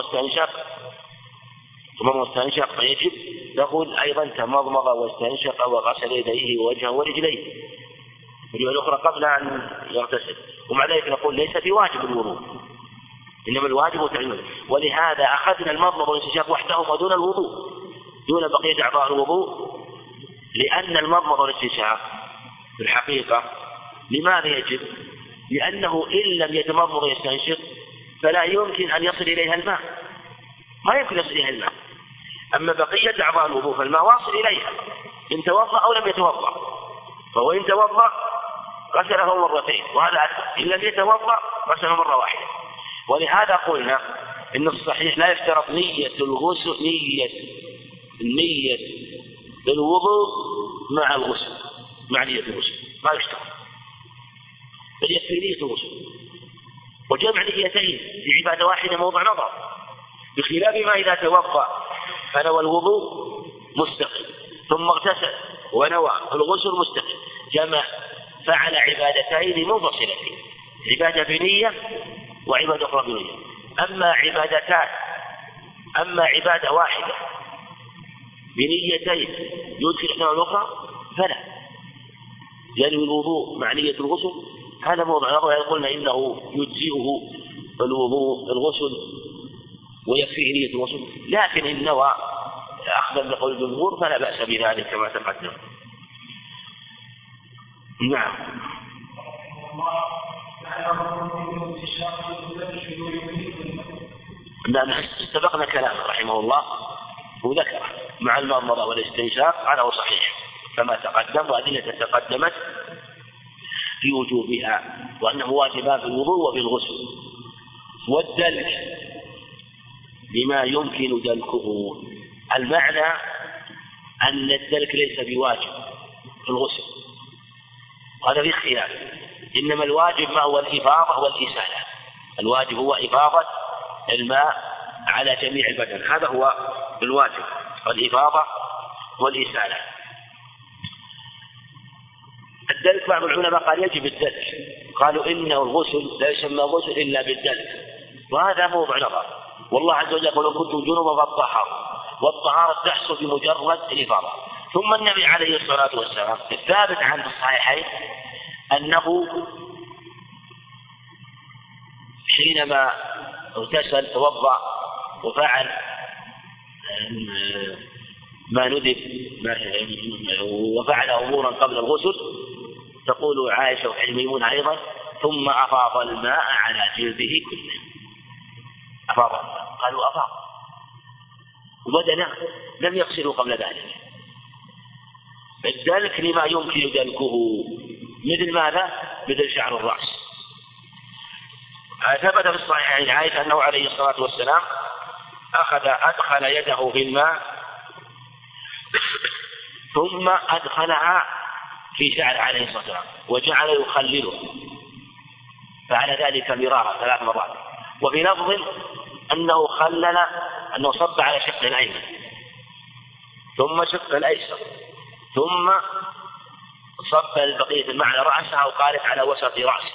واستنشق فيجب نقول أيضا تمضمض واستنشق وغسل يديه ووجهه ورجليه والجهة الأخرى قبل أن يغتسل. ومع ذلك نقول ليس بواجب الوضوء، إنما الواجب تعيينه. ولهذا أخذنا المضمض والاستنشاق وحدهما دون الوضوء، دون بقية أعضاء الوضوء، لأن المضمض والاستنشاق في الحقيقة لماذا يجب؟ لأنه إن لم يتمضمض ويستنشق فلا يمكن أن يصل إليها الماء، ما يمكن يصل إليها الماء. أما بقية أعضاء الوضوء فالماء واصل إليها إن توضأ أو لم يتوضأ، فهو إن توضأ غسله مرتين وهذا أكثر، إن لم يتوضأ غسله مرة واحدة. ولهذا قلنا إن الصحيح لا يشترط نية الغسل، نية الوضوء مع الغسل، مع نية الغسل ما يشترط، بل يكفي نية الغسل. وجمع نيتين في عبادة واحدة موضع نظر، بخلاف ما إذا توضأ فنوى الوضوء مستقل ثم اغتسل ونوى الغسل مستقل، جمع فعل عبادتين منفصلتين، عبادة بنية وعبادة أخرى بنية. أما عبادة واحدة بنيتين يدخل إحدى الأخرى فلا، يعني الوضوء مع نية الغسل هذا موضع نظر. قلنا إنه يجزئه الوضوء الغسل ويكفيه نية الغسل، لكن إن نوى أخذ بقول الجمهور فلا بأس بذلك كما تقدم. نعم. نعم استبقنا كلامه رحمه الله وذكر مع المضمضة والاستنشاق على صحيح كما تقدم، وأدلة تقدمت في وجوبها وأنه واجبان في الوضوء وفي الغسل. والدلك بما يمكن دلكه، المعنى أن الدلك ليس بواجب في الغسل، هذا في خلاف، إنما الواجب ما هو الإفاضة والإسالة. الواجب هو إفاضة الماء على جميع البدن، هذا هو الواجب، الإفاضة والإسالة. الدلك بعض العلماء قال يجب الدلك، قالوا إنه الغسل لا يسمى غسل إلا بالدلك، وهذا موضع نظر. والله عز وجل يقول كنتم جنبا فاطهروا، والطهارة تحصل بمجرد الإفاضة. ثم النبي عليه الصلاة والسلام الثابت عن الصحيحين أنه حينما اغتسل توضأ وفعل ما ندب وفعل أمورا قبل الغسل، تقول عائشة وميمونة أيضا ثم أفاض الماء على جلده كله. أفاض، قالوا أفاض وبدنا لم يغسلوا قبل ذلك. الدلك لما يمكن دلكه، مثل ماذا؟ مثل شعر الرأس. ثبت في الصحيحين عائشة أنه عليه الصلاة والسلام أدخل يده في الماء ثم أدخلها في شعر عليه الصلاة والسلام وجعل يخلله، فعل ذلك مرارا 3 مرات. وفي لفظ أنه صب على شق الأيمن ثم شق الأيسر ثم صب بقية الماء على رأسها وقالت على وسط رأسه.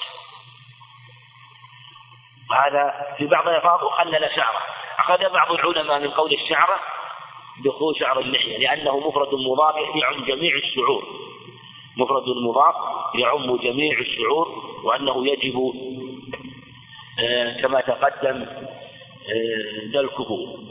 هذا في بعض الألفاظ وخلل شعره. أخذ بعض العلماء من قول الشعرة دخول شعر اللحية، لأنه مفرد مضاف يعم جميع الشعور، مفرد مضاف يعم جميع الشعور، وأنه يجب كما تقدم دلكه.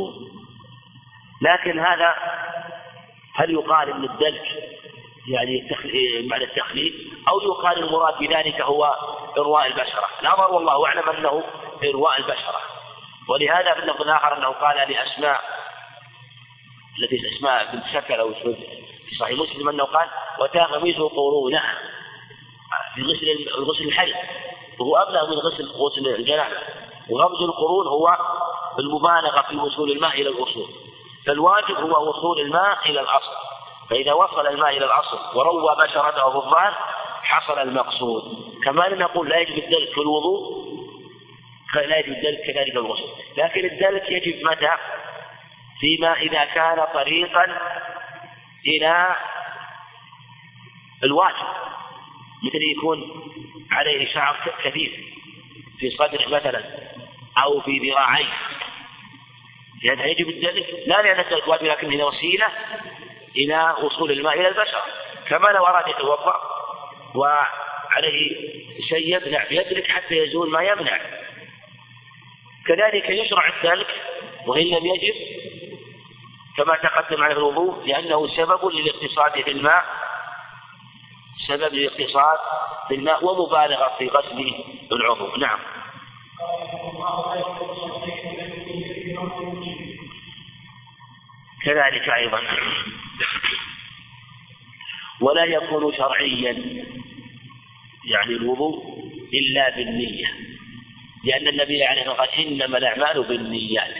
لكن هذا هل يقال ان الدلك يعني معنى التخليل، أو يقال المراد بذلك هو إرواء البشرة؟ الأمر والله أعلم أنه إرواء البشرة. ولهذا في اللفظ الآخر أنه قال لأسماء التي أسماء بنت شكل أو في صحيح مسلم أنه قال وتغمز قرونها في غسل الحيض، وهو أبلغ من غسل الجنابة. وغمز القرون هو المبالغة في وصول الماء إلى الأصول، فالواجب هو وصول الماء إلى الأصل، فإذا وصل الماء إلى الأصل وروى بشرته في الظاهر حصل المقصود. كما نقول لا يجب الدلك في الوضوء، لا يجب الدلك كذلك في الغسل، لكن الدلك يجب متى؟ فيما إذا كان طريقا إلى الواجب، مثل يكون عليه شعر كثير في صدره مثلا أو في ذراعيه، لأن يجب الدلك لا لأن الدلك واجب لكنه وسيلة إلى وصول الماء إلى البشرة. كما لو أراد يتوضأ وعليه شيء يمنع يدرك حتى يزول ما يمنع، كذلك يشرع الدلك وإن لم يجب كما تقدم على الوضوء، لأنه سبب للاقتصاد في الماء، سبب للاقتصاد في الماء ومبالغة في غسل العضو. نعم. كذلك أيضا ولا يكون شرعيا يعني الوضوء إلا بالنية، لأن النبي عليه الصلاة والسلام قال إنما الأعمال بالنيات،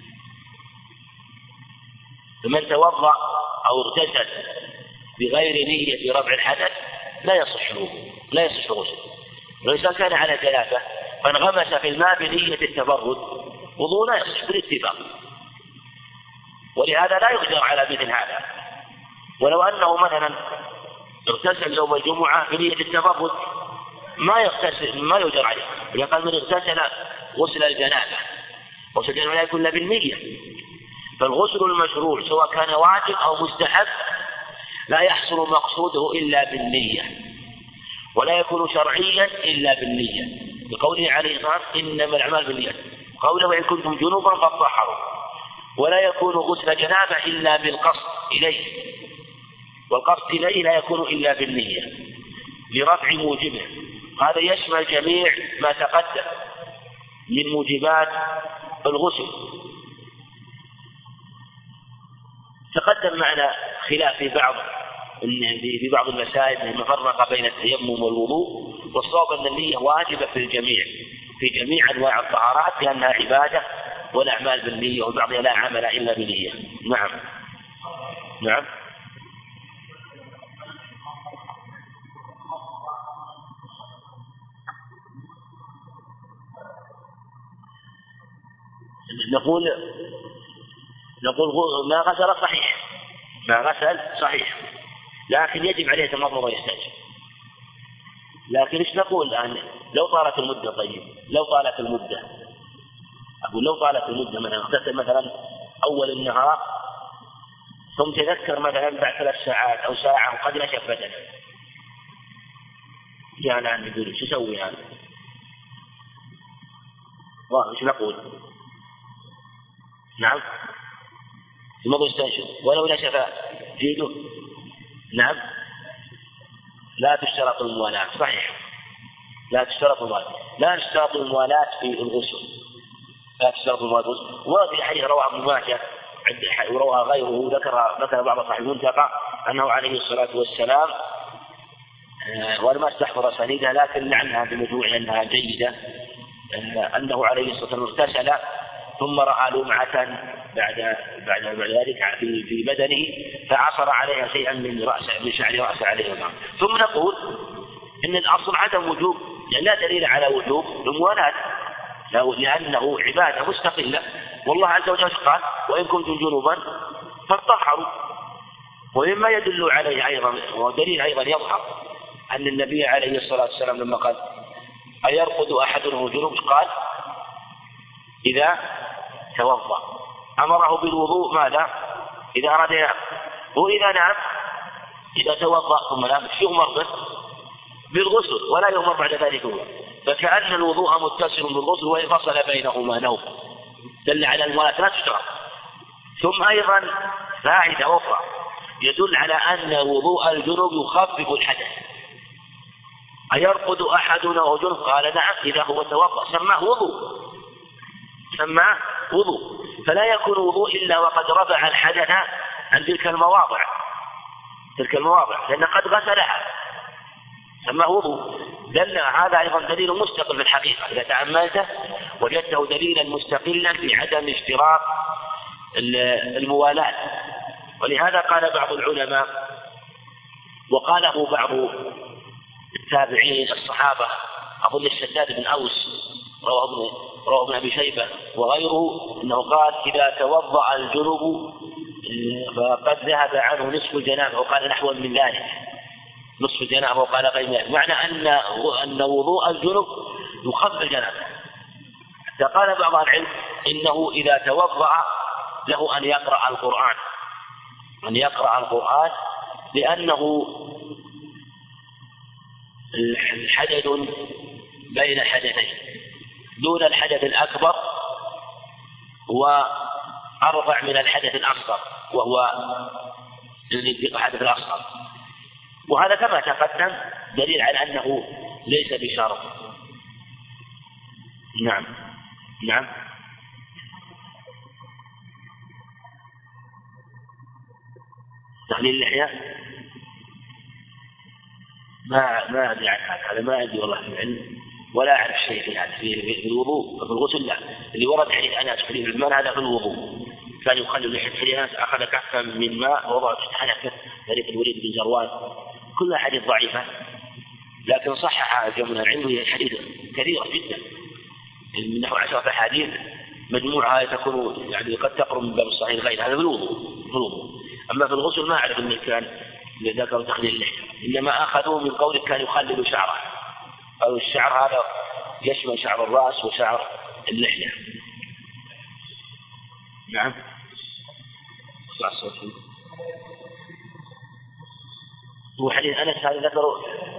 فمن توضأ أو اغتسل بغير نية رفع الحدث لا يصح غسله. والإنسان كان على جنابة فانغمس في الماء بنية التبرد وضوء لا يصح بالاتفاق، ولهذا لا يؤجر على مثل هذا. ولو أنه مثلا اغتسل يوم الجمعة بنية التبرد ما يؤجر عليه، إذا قال من اغتسل غسل الجنابة غسل الجنابة لا يكون بالنية. فالغسل المشروع سواء كان واجب أو مستحب لا يحصل مقصوده إلا بالنية، ولا يكون شرعيا إلا بالنية، بقوله عليه الصلاة والسلام إنما الأعمال بالنيات، قوله وإن كنتم جنوبا فاطهروا. ولا يكون غسل جنابة إلا بالقصد إليه، والقصد إليه لا يكون إلا بالنية لرفع موجبه. هذا يشمل جميع ما تقدم من موجبات الغسل. تقدم معنا خلاف في بعض المسائل لما فرق بين التيمم والوضوء، والصواب أن النية واجبة في جميع أنواع الطهارات، لأنها عبادة والأعمال بالنية، وبعضها لا عمل إلا بنية. نعم. نقول ما غسل صحيح، لكن يجب عليه تمضمض ويستنشق. لكن ايش نقول الآن لو طالت المدة؟ طيب لو طالت المدة مثلا اغتسل مثلا أول النهار ثم تذكر مثلا بعد 3 ساعات أو ساعة وقد نشف بدنه، جاء الآن يقول شو يسوي هذا؟ ايش نقول؟ نعم المضي يستنشق ولو نشف جيده. نعم لا تشترط الموالاة. صحيح لا تشترط الموالاة في الغسل، وفي حديث رواه ابن ماجه ورواه غيره ذكر بعض صاحب المنتقى أنه عليه الصلاة والسلام، وأنا ما استحضر سنيدها لكن لعلها بمجموع أنها جيدة، أنه عليه الصلاة والسلام اغتسل ثم رأى لمعة بعد ذلك في بدنه فعصر عليها شيئا من شعر رأسه عليه الماء. ثم نقول إن الأصل عدم وجوب، لأن لا دليل على وجوب الموالاة لأنه عبادة مستقلة، والله عز وجل قال وإن كنتم جنوبا فاطهروا. ومما يدل عليه أيضا ودليل أيضا يظهر أن النبي عليه الصلاة والسلام لما قال أيرقد أحدهم جنوب قال إذا توضأ، أمره بالوضوء ماذا؟ إذا أراد ينام، وإذا نام إذا توضأ ثم نام يؤمر به بالغسل ولا يؤمر بعد ذلك هو، فكأن الوضوء متصل بالغسل وإن فصل بينهما نوم، دل على الموالاة لا تشترط. ثم أيضا فائدة أخرى يدل على أن وضوء الجنوب يخفف الحدث. أيرقد أحدنا وهو جنوب؟ قال نعم إذا هو توضأ سماه وضوء، فلا يكون وضوء إلا وقد رفع الحدث عن تلك المواضع لأن قد غسلها سماه وضوء. دل هذا أيضا دليل مستقل في الحقيقة، إذا تأملته وجدته دليلا مستقلا في عدم اشتراط الموالاة. ولهذا قال بعض العلماء وقاله بعض التابعين الصحابة، أظن الشداد بن أوس رواه ابن أبي شيبة وغيره، أنه قال إذا توضأ الجنب فقد ذهب عنه نصف الجنابة، وقال نحو من ذلك نصف الجنابة، وقال غير ذلك، معنى أن وضوء الجنب يخفف الجنابة. حتى قال بعض العلم إنه إذا توضأ له أن يقرأ القرآن لأنه حدث بين حدثين دون الحدث الأكبر وأرفع من الحدث الأصغر، وهو الحدث الأصغر، وهذا كما تقدم دليل على أنه ليس بشرط. نعم. تخليل اللحية ما أدري عن هذا، ما أدري والله في العلم ولا أعرف شيء في هذا. في الوضوء في الغسل لا. اللي ورد حديث أنس حديث عثمان هذا في الوضوء، كان يخلل لحية. حديث أنس أخذ كفا من ماء ووضعه تحت حنكه، طريق الوليد بن جروان، كلها حديث ضعيفة، لكن صححها جمع من العلم، وهي حديث كثيرة جدا من نحو 10 أحاديث مجموعها تكون يعني قد تقرب من باب الصحيح غير هذا في الوضوء. أما في الغسل ما أعرف أنه كان ذكر تخليل اللحية، إنما أخذوه من قوله كان يخلل شعره، أو الشعر هذا يشمل شعر الرأس وشعر اللحية. نعم. هو حديث أنس هذا ذكره،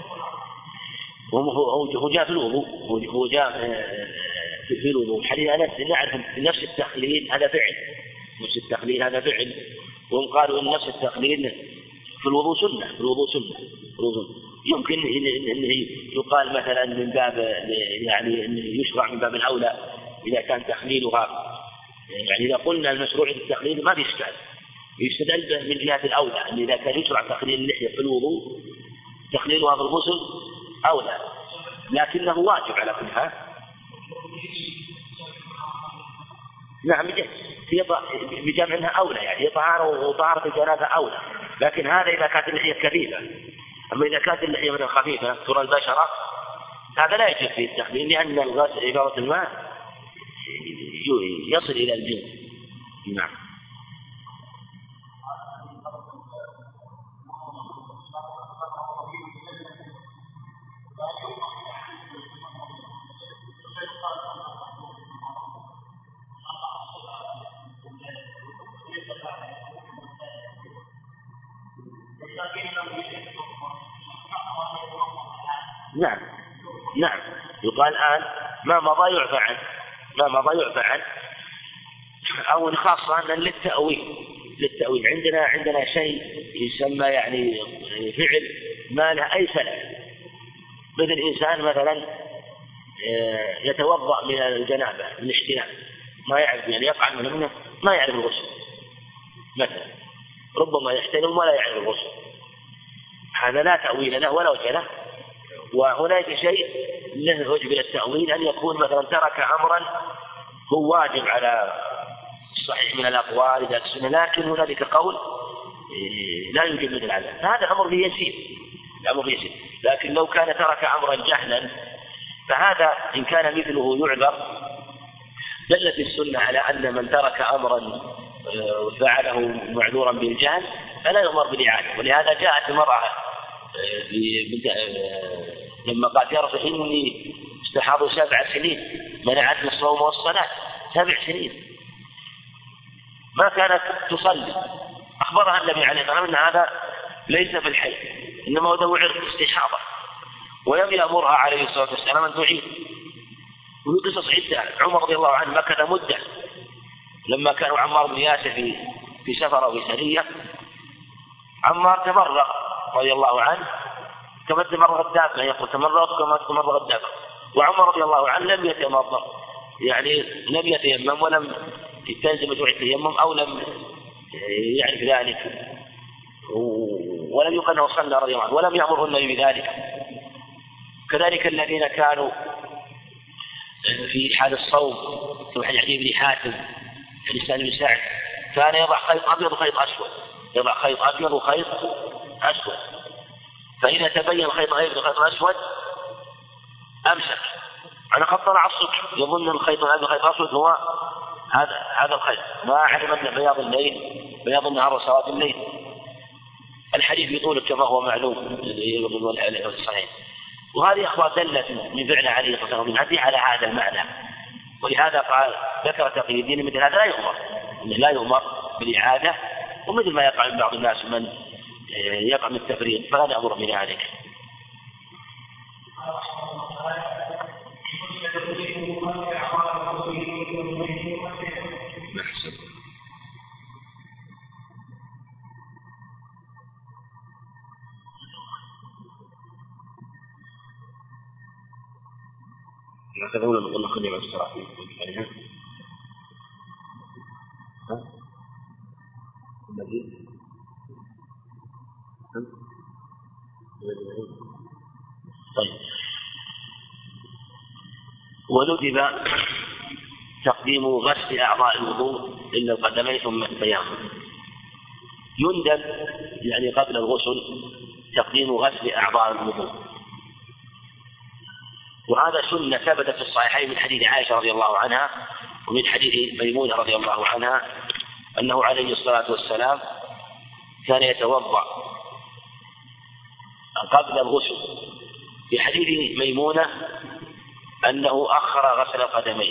هو جاء في الوضوء، هو جاء في الوضوء. حديث أنس نعرف نفس التخليل هذا فعل، وهم قالوا إن نفس التخليل في الوضوء سنة. يمكن إنه يقال مثلا من باب يعني إنه يشرع من باب الأولى إذا كان تخليلها، يعني إذا قلنا المشروع التخليل ما في إشكال، يستدل به من جهة الأولى، أن إذا كان يشرع تخليل اللحية في الوضوء تخليلها في الغسل أولى، لكنه واجب على كل حال. نعم بجمع أنها أولى، يعني هي طهارة وطهارة الجنابة أولى، لكن هذا إذا كانت اللحية كثيفة. أما إذا كانت اللحية مثلا خفيفة ترى البشرة هذا لا يجب فيه التخليل، لأن الغسل إفاضة الماء يصل إلى الجنس. نعم. نعم يقال الآن ما مضى يعفى عنه، أو خاصة أن للتأويل عندنا شيء يسمى يعني فعل ما له أي سلف، مثل إنسان مثلا يتوضأ من الجنابة من احتلام ما يعرف، يعني يقع منه ما يعرف الغسل مثلا، ربما يحتلم ولا يعرف الغسل، هذا لا تأويل له ولا وجه له. وهناك شيء له وجه للتأويل، أن يكون مثلا ترك أمرا هو واجب على الصحيح من الأقوال إذا السنة، لكن هنالك قول لا يوجد مثل هذا، فهذا أمر يسير. لكن لو كان ترك أمرا جهلا فهذا إن كان مثله يعذر. دلت السنة على أن من ترك أمرا فعله معذورا بالجهل فلا يؤمر بالإعادة. ولهذا جاءت المرأة لما قالت يا رسول إني استحاض 7 سنين منعتني الصوم والصلاة، 7 سنين ما كانت تصلي، أخبرها النبي عليه الصلاة والسلام أن هذا ليس بالحيض إنما هو ذو عرق استحاضة، ولم يأمرها عليه الصلاة والسلام أن تعيد. وفي قصص عدة، عمر رضي الله عنه مكث مدة لما كانوا عمار بن ياسر في سفر أو في سرية، عمار تمرغ رضي الله عنه كما تمرغ الدابة، يقول تمرغ كما تمرغ الدابة، وعمر رضي الله عنه لم يتمرغ، يعني لم يتيمم ولم يلتزم مشروع التيمم أو لم يعرف ذلك، ولم يقل أنه صلى رضي الله عنه، ولم يأمره النبي بذلك. كذلك الذين كانوا في حال الصوم كحديث بن حاتم حديث بن سعد كان يضع خيط أبيض وخيط أسود، يضع خيط أبيض وخيط أسود، فإذا تبين الخيط الأبيض والخيط الأسود أمسك. أنا قد طلع الصبح يظن الخيط الأبيض والخيط الأسود هو هذا الخيط، ما علم أن بياض الليل بياض النهار وسواد الليل. الحديث يطول كما هو معلوم الصحيح. وهذه أخبار دلت من فعل عليه الصلاة والسلام على هذا المعنى، ولهذا قال ذكر تقي الدين مثل هذا لا يؤمر بالإعادة، ومثل ما يقع من بعض الناس من يقع من التفريط فلا نأمر بذلك. لا تقول الله خلي على الصلاة عليها طيب. وندب تقديم غسل أعضاء الوضوء إلا القدمين ثم التيمم. يندب يعني قبل الغسل تقديم غسل أعضاء الوضوء، وهذا سنة ثبت في الصحيحين من حديث عائشة رضي الله عنها ومن حديث ميمونة رضي الله عنها أنه عليه الصلاة والسلام كان يتوضأ قبل الغسل. في حديث ميمونة أنه أخر غسل القدمين،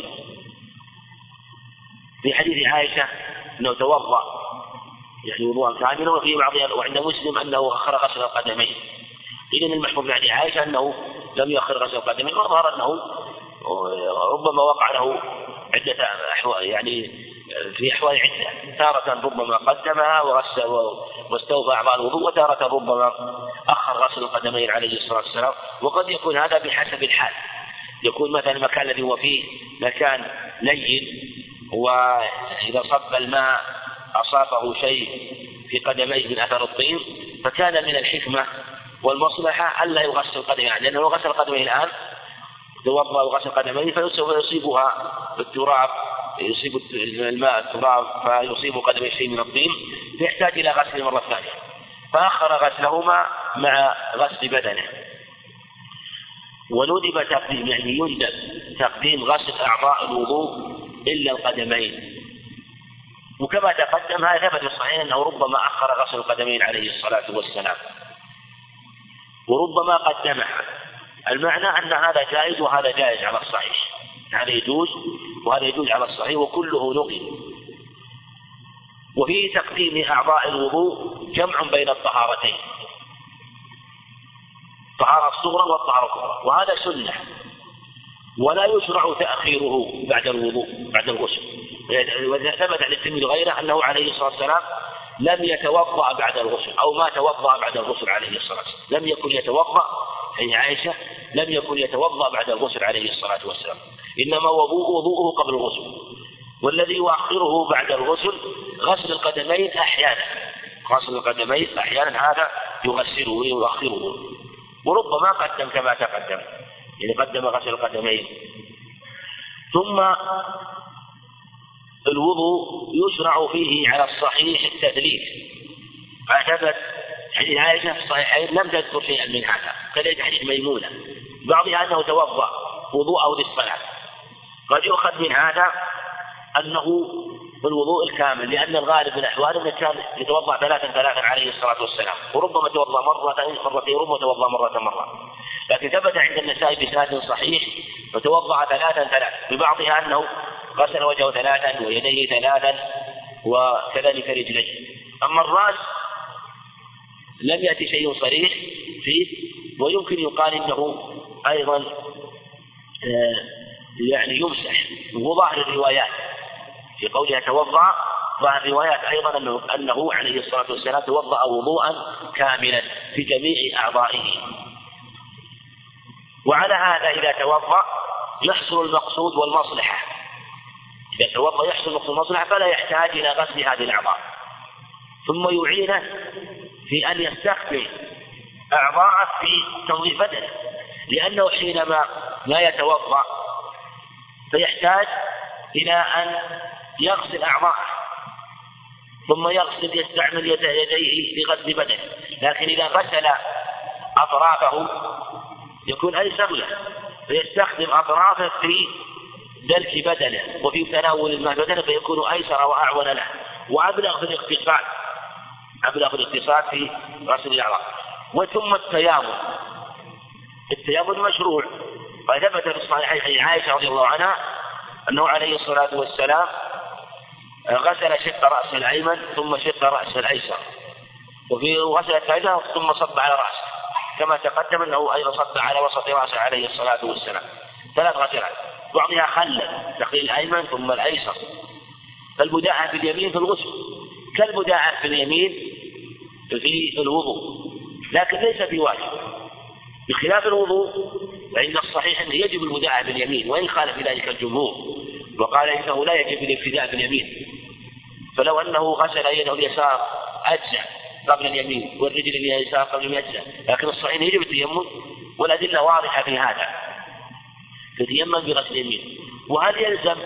في حديث عائشة أنه توضأ يعني وضوءا كاملا، وفي بعض وعند مسلم أنه أخر غسل القدمين. إذن المحفوظ عن عائشة أنه لم يؤخر غسل القدمين، وظهر أنه ربما وقع له عدة أحوال، يعني في أحوال عدة، تارة ربما قدمها واستوفى أعضاء الوضوء، وتارة ربما أخر غسل القدمين عليه الصلاة والسلام. وقد يكون هذا بحسب الحال، يكون مثلا المكان الذي هو فيه مكان لين، وإذا صب الماء أصابه شيء في قدميه من أثر الطين، فكان من الحكمة والمصلحة ألا يغسل قدميه، لأنه لو غسل قدميه الآن توضأ وغسل قدميه فيصيبها بالتراب، يصيب الماء التراب فيصيب قدميه شيء من الطين، فيحتاج إلى غسل مرة ثانية، فأخر غسلهما مع غسل بدنه. وندب تقديم يعني يندب تقديم غسل أعضاء الوضوء إلا القدمين، وكما تقدم هذا ثبت في الصحيح أنه ربما أخر غسل القدمين عليه الصلاة والسلام وربما قدمها. المعنى أن هذا جائز وهذا جائز على الصحيح، هذا يجوز وهذا يجوز على الصحيح، وكله نقل. وفي تقديم أعضاء الوضوء جمع بين الطهارتين، الطهارة الصغرى والطهارة الكبرى، وهذا سنة، ولا يشرع تأخيره بعد الوضوء بعد الغسل. وثبت عن الترمذي وغيره أنه عليه الصلاة والسلام لم يتوضأ بعد الغسل، أو ما توضأ بعد الغسل عليه الصلاة والسلام، لم يكن يتوضأ. هي عائشة لم يكن يتوضأ بعد الغسل عليه الصلاة والسلام، إنما وضوءه قبل الغسل. والذي يؤخره بعد الغسل غسل القدمين أحيانا، غسل القدمين أحيانا هذا يغسله ويؤخره، وربما قدم كما تقدم، يعني قدم غسل القدمين. ثم الوضوء يشرع فيه على الصحيح التدليك، فثبت حديث عائشة في الصحيحين لم تذكر شيئا من هذا، كذلك حديث ميمونة بعضها أنه توضأ وضوءه للصلاة. قد يؤخذ من هذا أنه الوضوء الكامل، لأن الغالب من أحواله كان يتوضأ ثلاثا عليه الصلاة والسلام، وربما توضأ مرتين وربما توضأ مرة. لكن ثبت عند النسائي بسند صحيح وتوضأ ثلاثا، ببعضها أنه غسل وجهه ثلاثا ويديه ثلاثا وكذلك رجليه. أما الرأس لم يأتي شيء صريح فيه، ويمكن يقال إنه أيضا يعني يمسح، وظاهر الروايات في قولها توضأ، ظاهر الروايات أيضا أنه عليه الصلاة والسلام توضأ وضوءا كاملا في جميع أعضائه. وعلى هذا إذا توضأ يحصل المقصود والمصلحة، إذا توضأ يحصل المقصود والمصلحة فلا يحتاج إلى غسل هذه الأعضاء، ثم يعينه في أن يستخدم أعضاءه في تنظيف بدنه، لأنه حينما لا يتوضأ فيحتاج إلى أن يغسل أعضاءه ثم يستعمل يديه لغسل بدنه، لكن إذا غسل أطرافه يكون أيسر له، فيستخدم أطرافه في دلك بدنه وفي تناول الماء بدنه، فيكون أيسر وأعون له وأبلغ في الاقتصاد في غسل الأعضاء. وثم التيامن مشروع، وثبت في الصحيحين عن عائشة رضي الله عنها أنه عليه الصلاة والسلام غسل شق رأس الأيمن ثم شق رأس الأيسر، وفي غسل الثالثة ثم صب على رأسه، كما تقدم أنه أيضا صب على وسط رأسه عليه الصلاة والسلام. 3 غسلات، بعضها خلل تقليل الأيمن ثم الأيسر. فالبداعة في اليمين في الغسل كالبداعة في اليمين في الوضوء، لكن ليس بواجب، بخلاف الوضوء فإن الصحيح أنه يجب البداعة باليمين، وإن خالف ذلك الجمهور وقال إنه لا يجب الابتداء باليمين، فلو أنه غسل يده اليسار أجزأ قبل اليمين والرجل اليسار قبل اليمين، لكن الصحيح يجب التيمم، والأدلة واضحة في هذا، فتيمم بغسل اليمين. وهل يلزم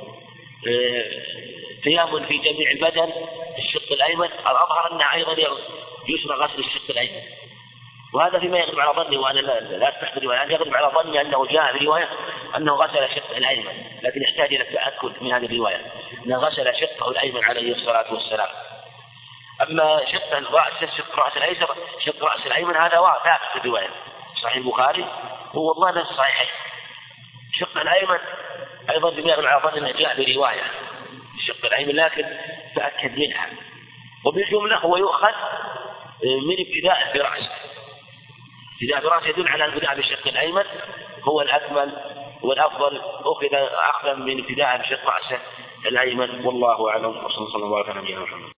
تيمم في جميع البدن الشق الأيمن؟ الأظهر أنه أيضا يشرع غسل الشق الأيمن، وهذا فيما يغلب على ظني، وأنا لا أستحضر رواية يغلب على ظني أنه جاء في رواية أنه غسل شقه الأيمن، لكن يحتاج إلى التأكد من هذه الرواية أنه غسل شقه الأيمن عليه الصلاة والسلام. أما شق رأس الأيسر شق رأس الأيمن هذا ثابت في الرواية صحيح البخاري، هو الله نفس صحيحين. شق الأيمن أيضا فيما يغلب على ظني أنه جاء في رواية شق الأيمن، لكن تأكد منها. وبالجملة هو يؤخذ من ابتداء برأسه، ابتداء برأسه يدل على الابتداء بالشق الأيمن هو الأكمل والأفضل، أخذ أخذا من ابتداء بشق رأسه الأيمن، والله أعلم. وصلى الله عليه وسلم.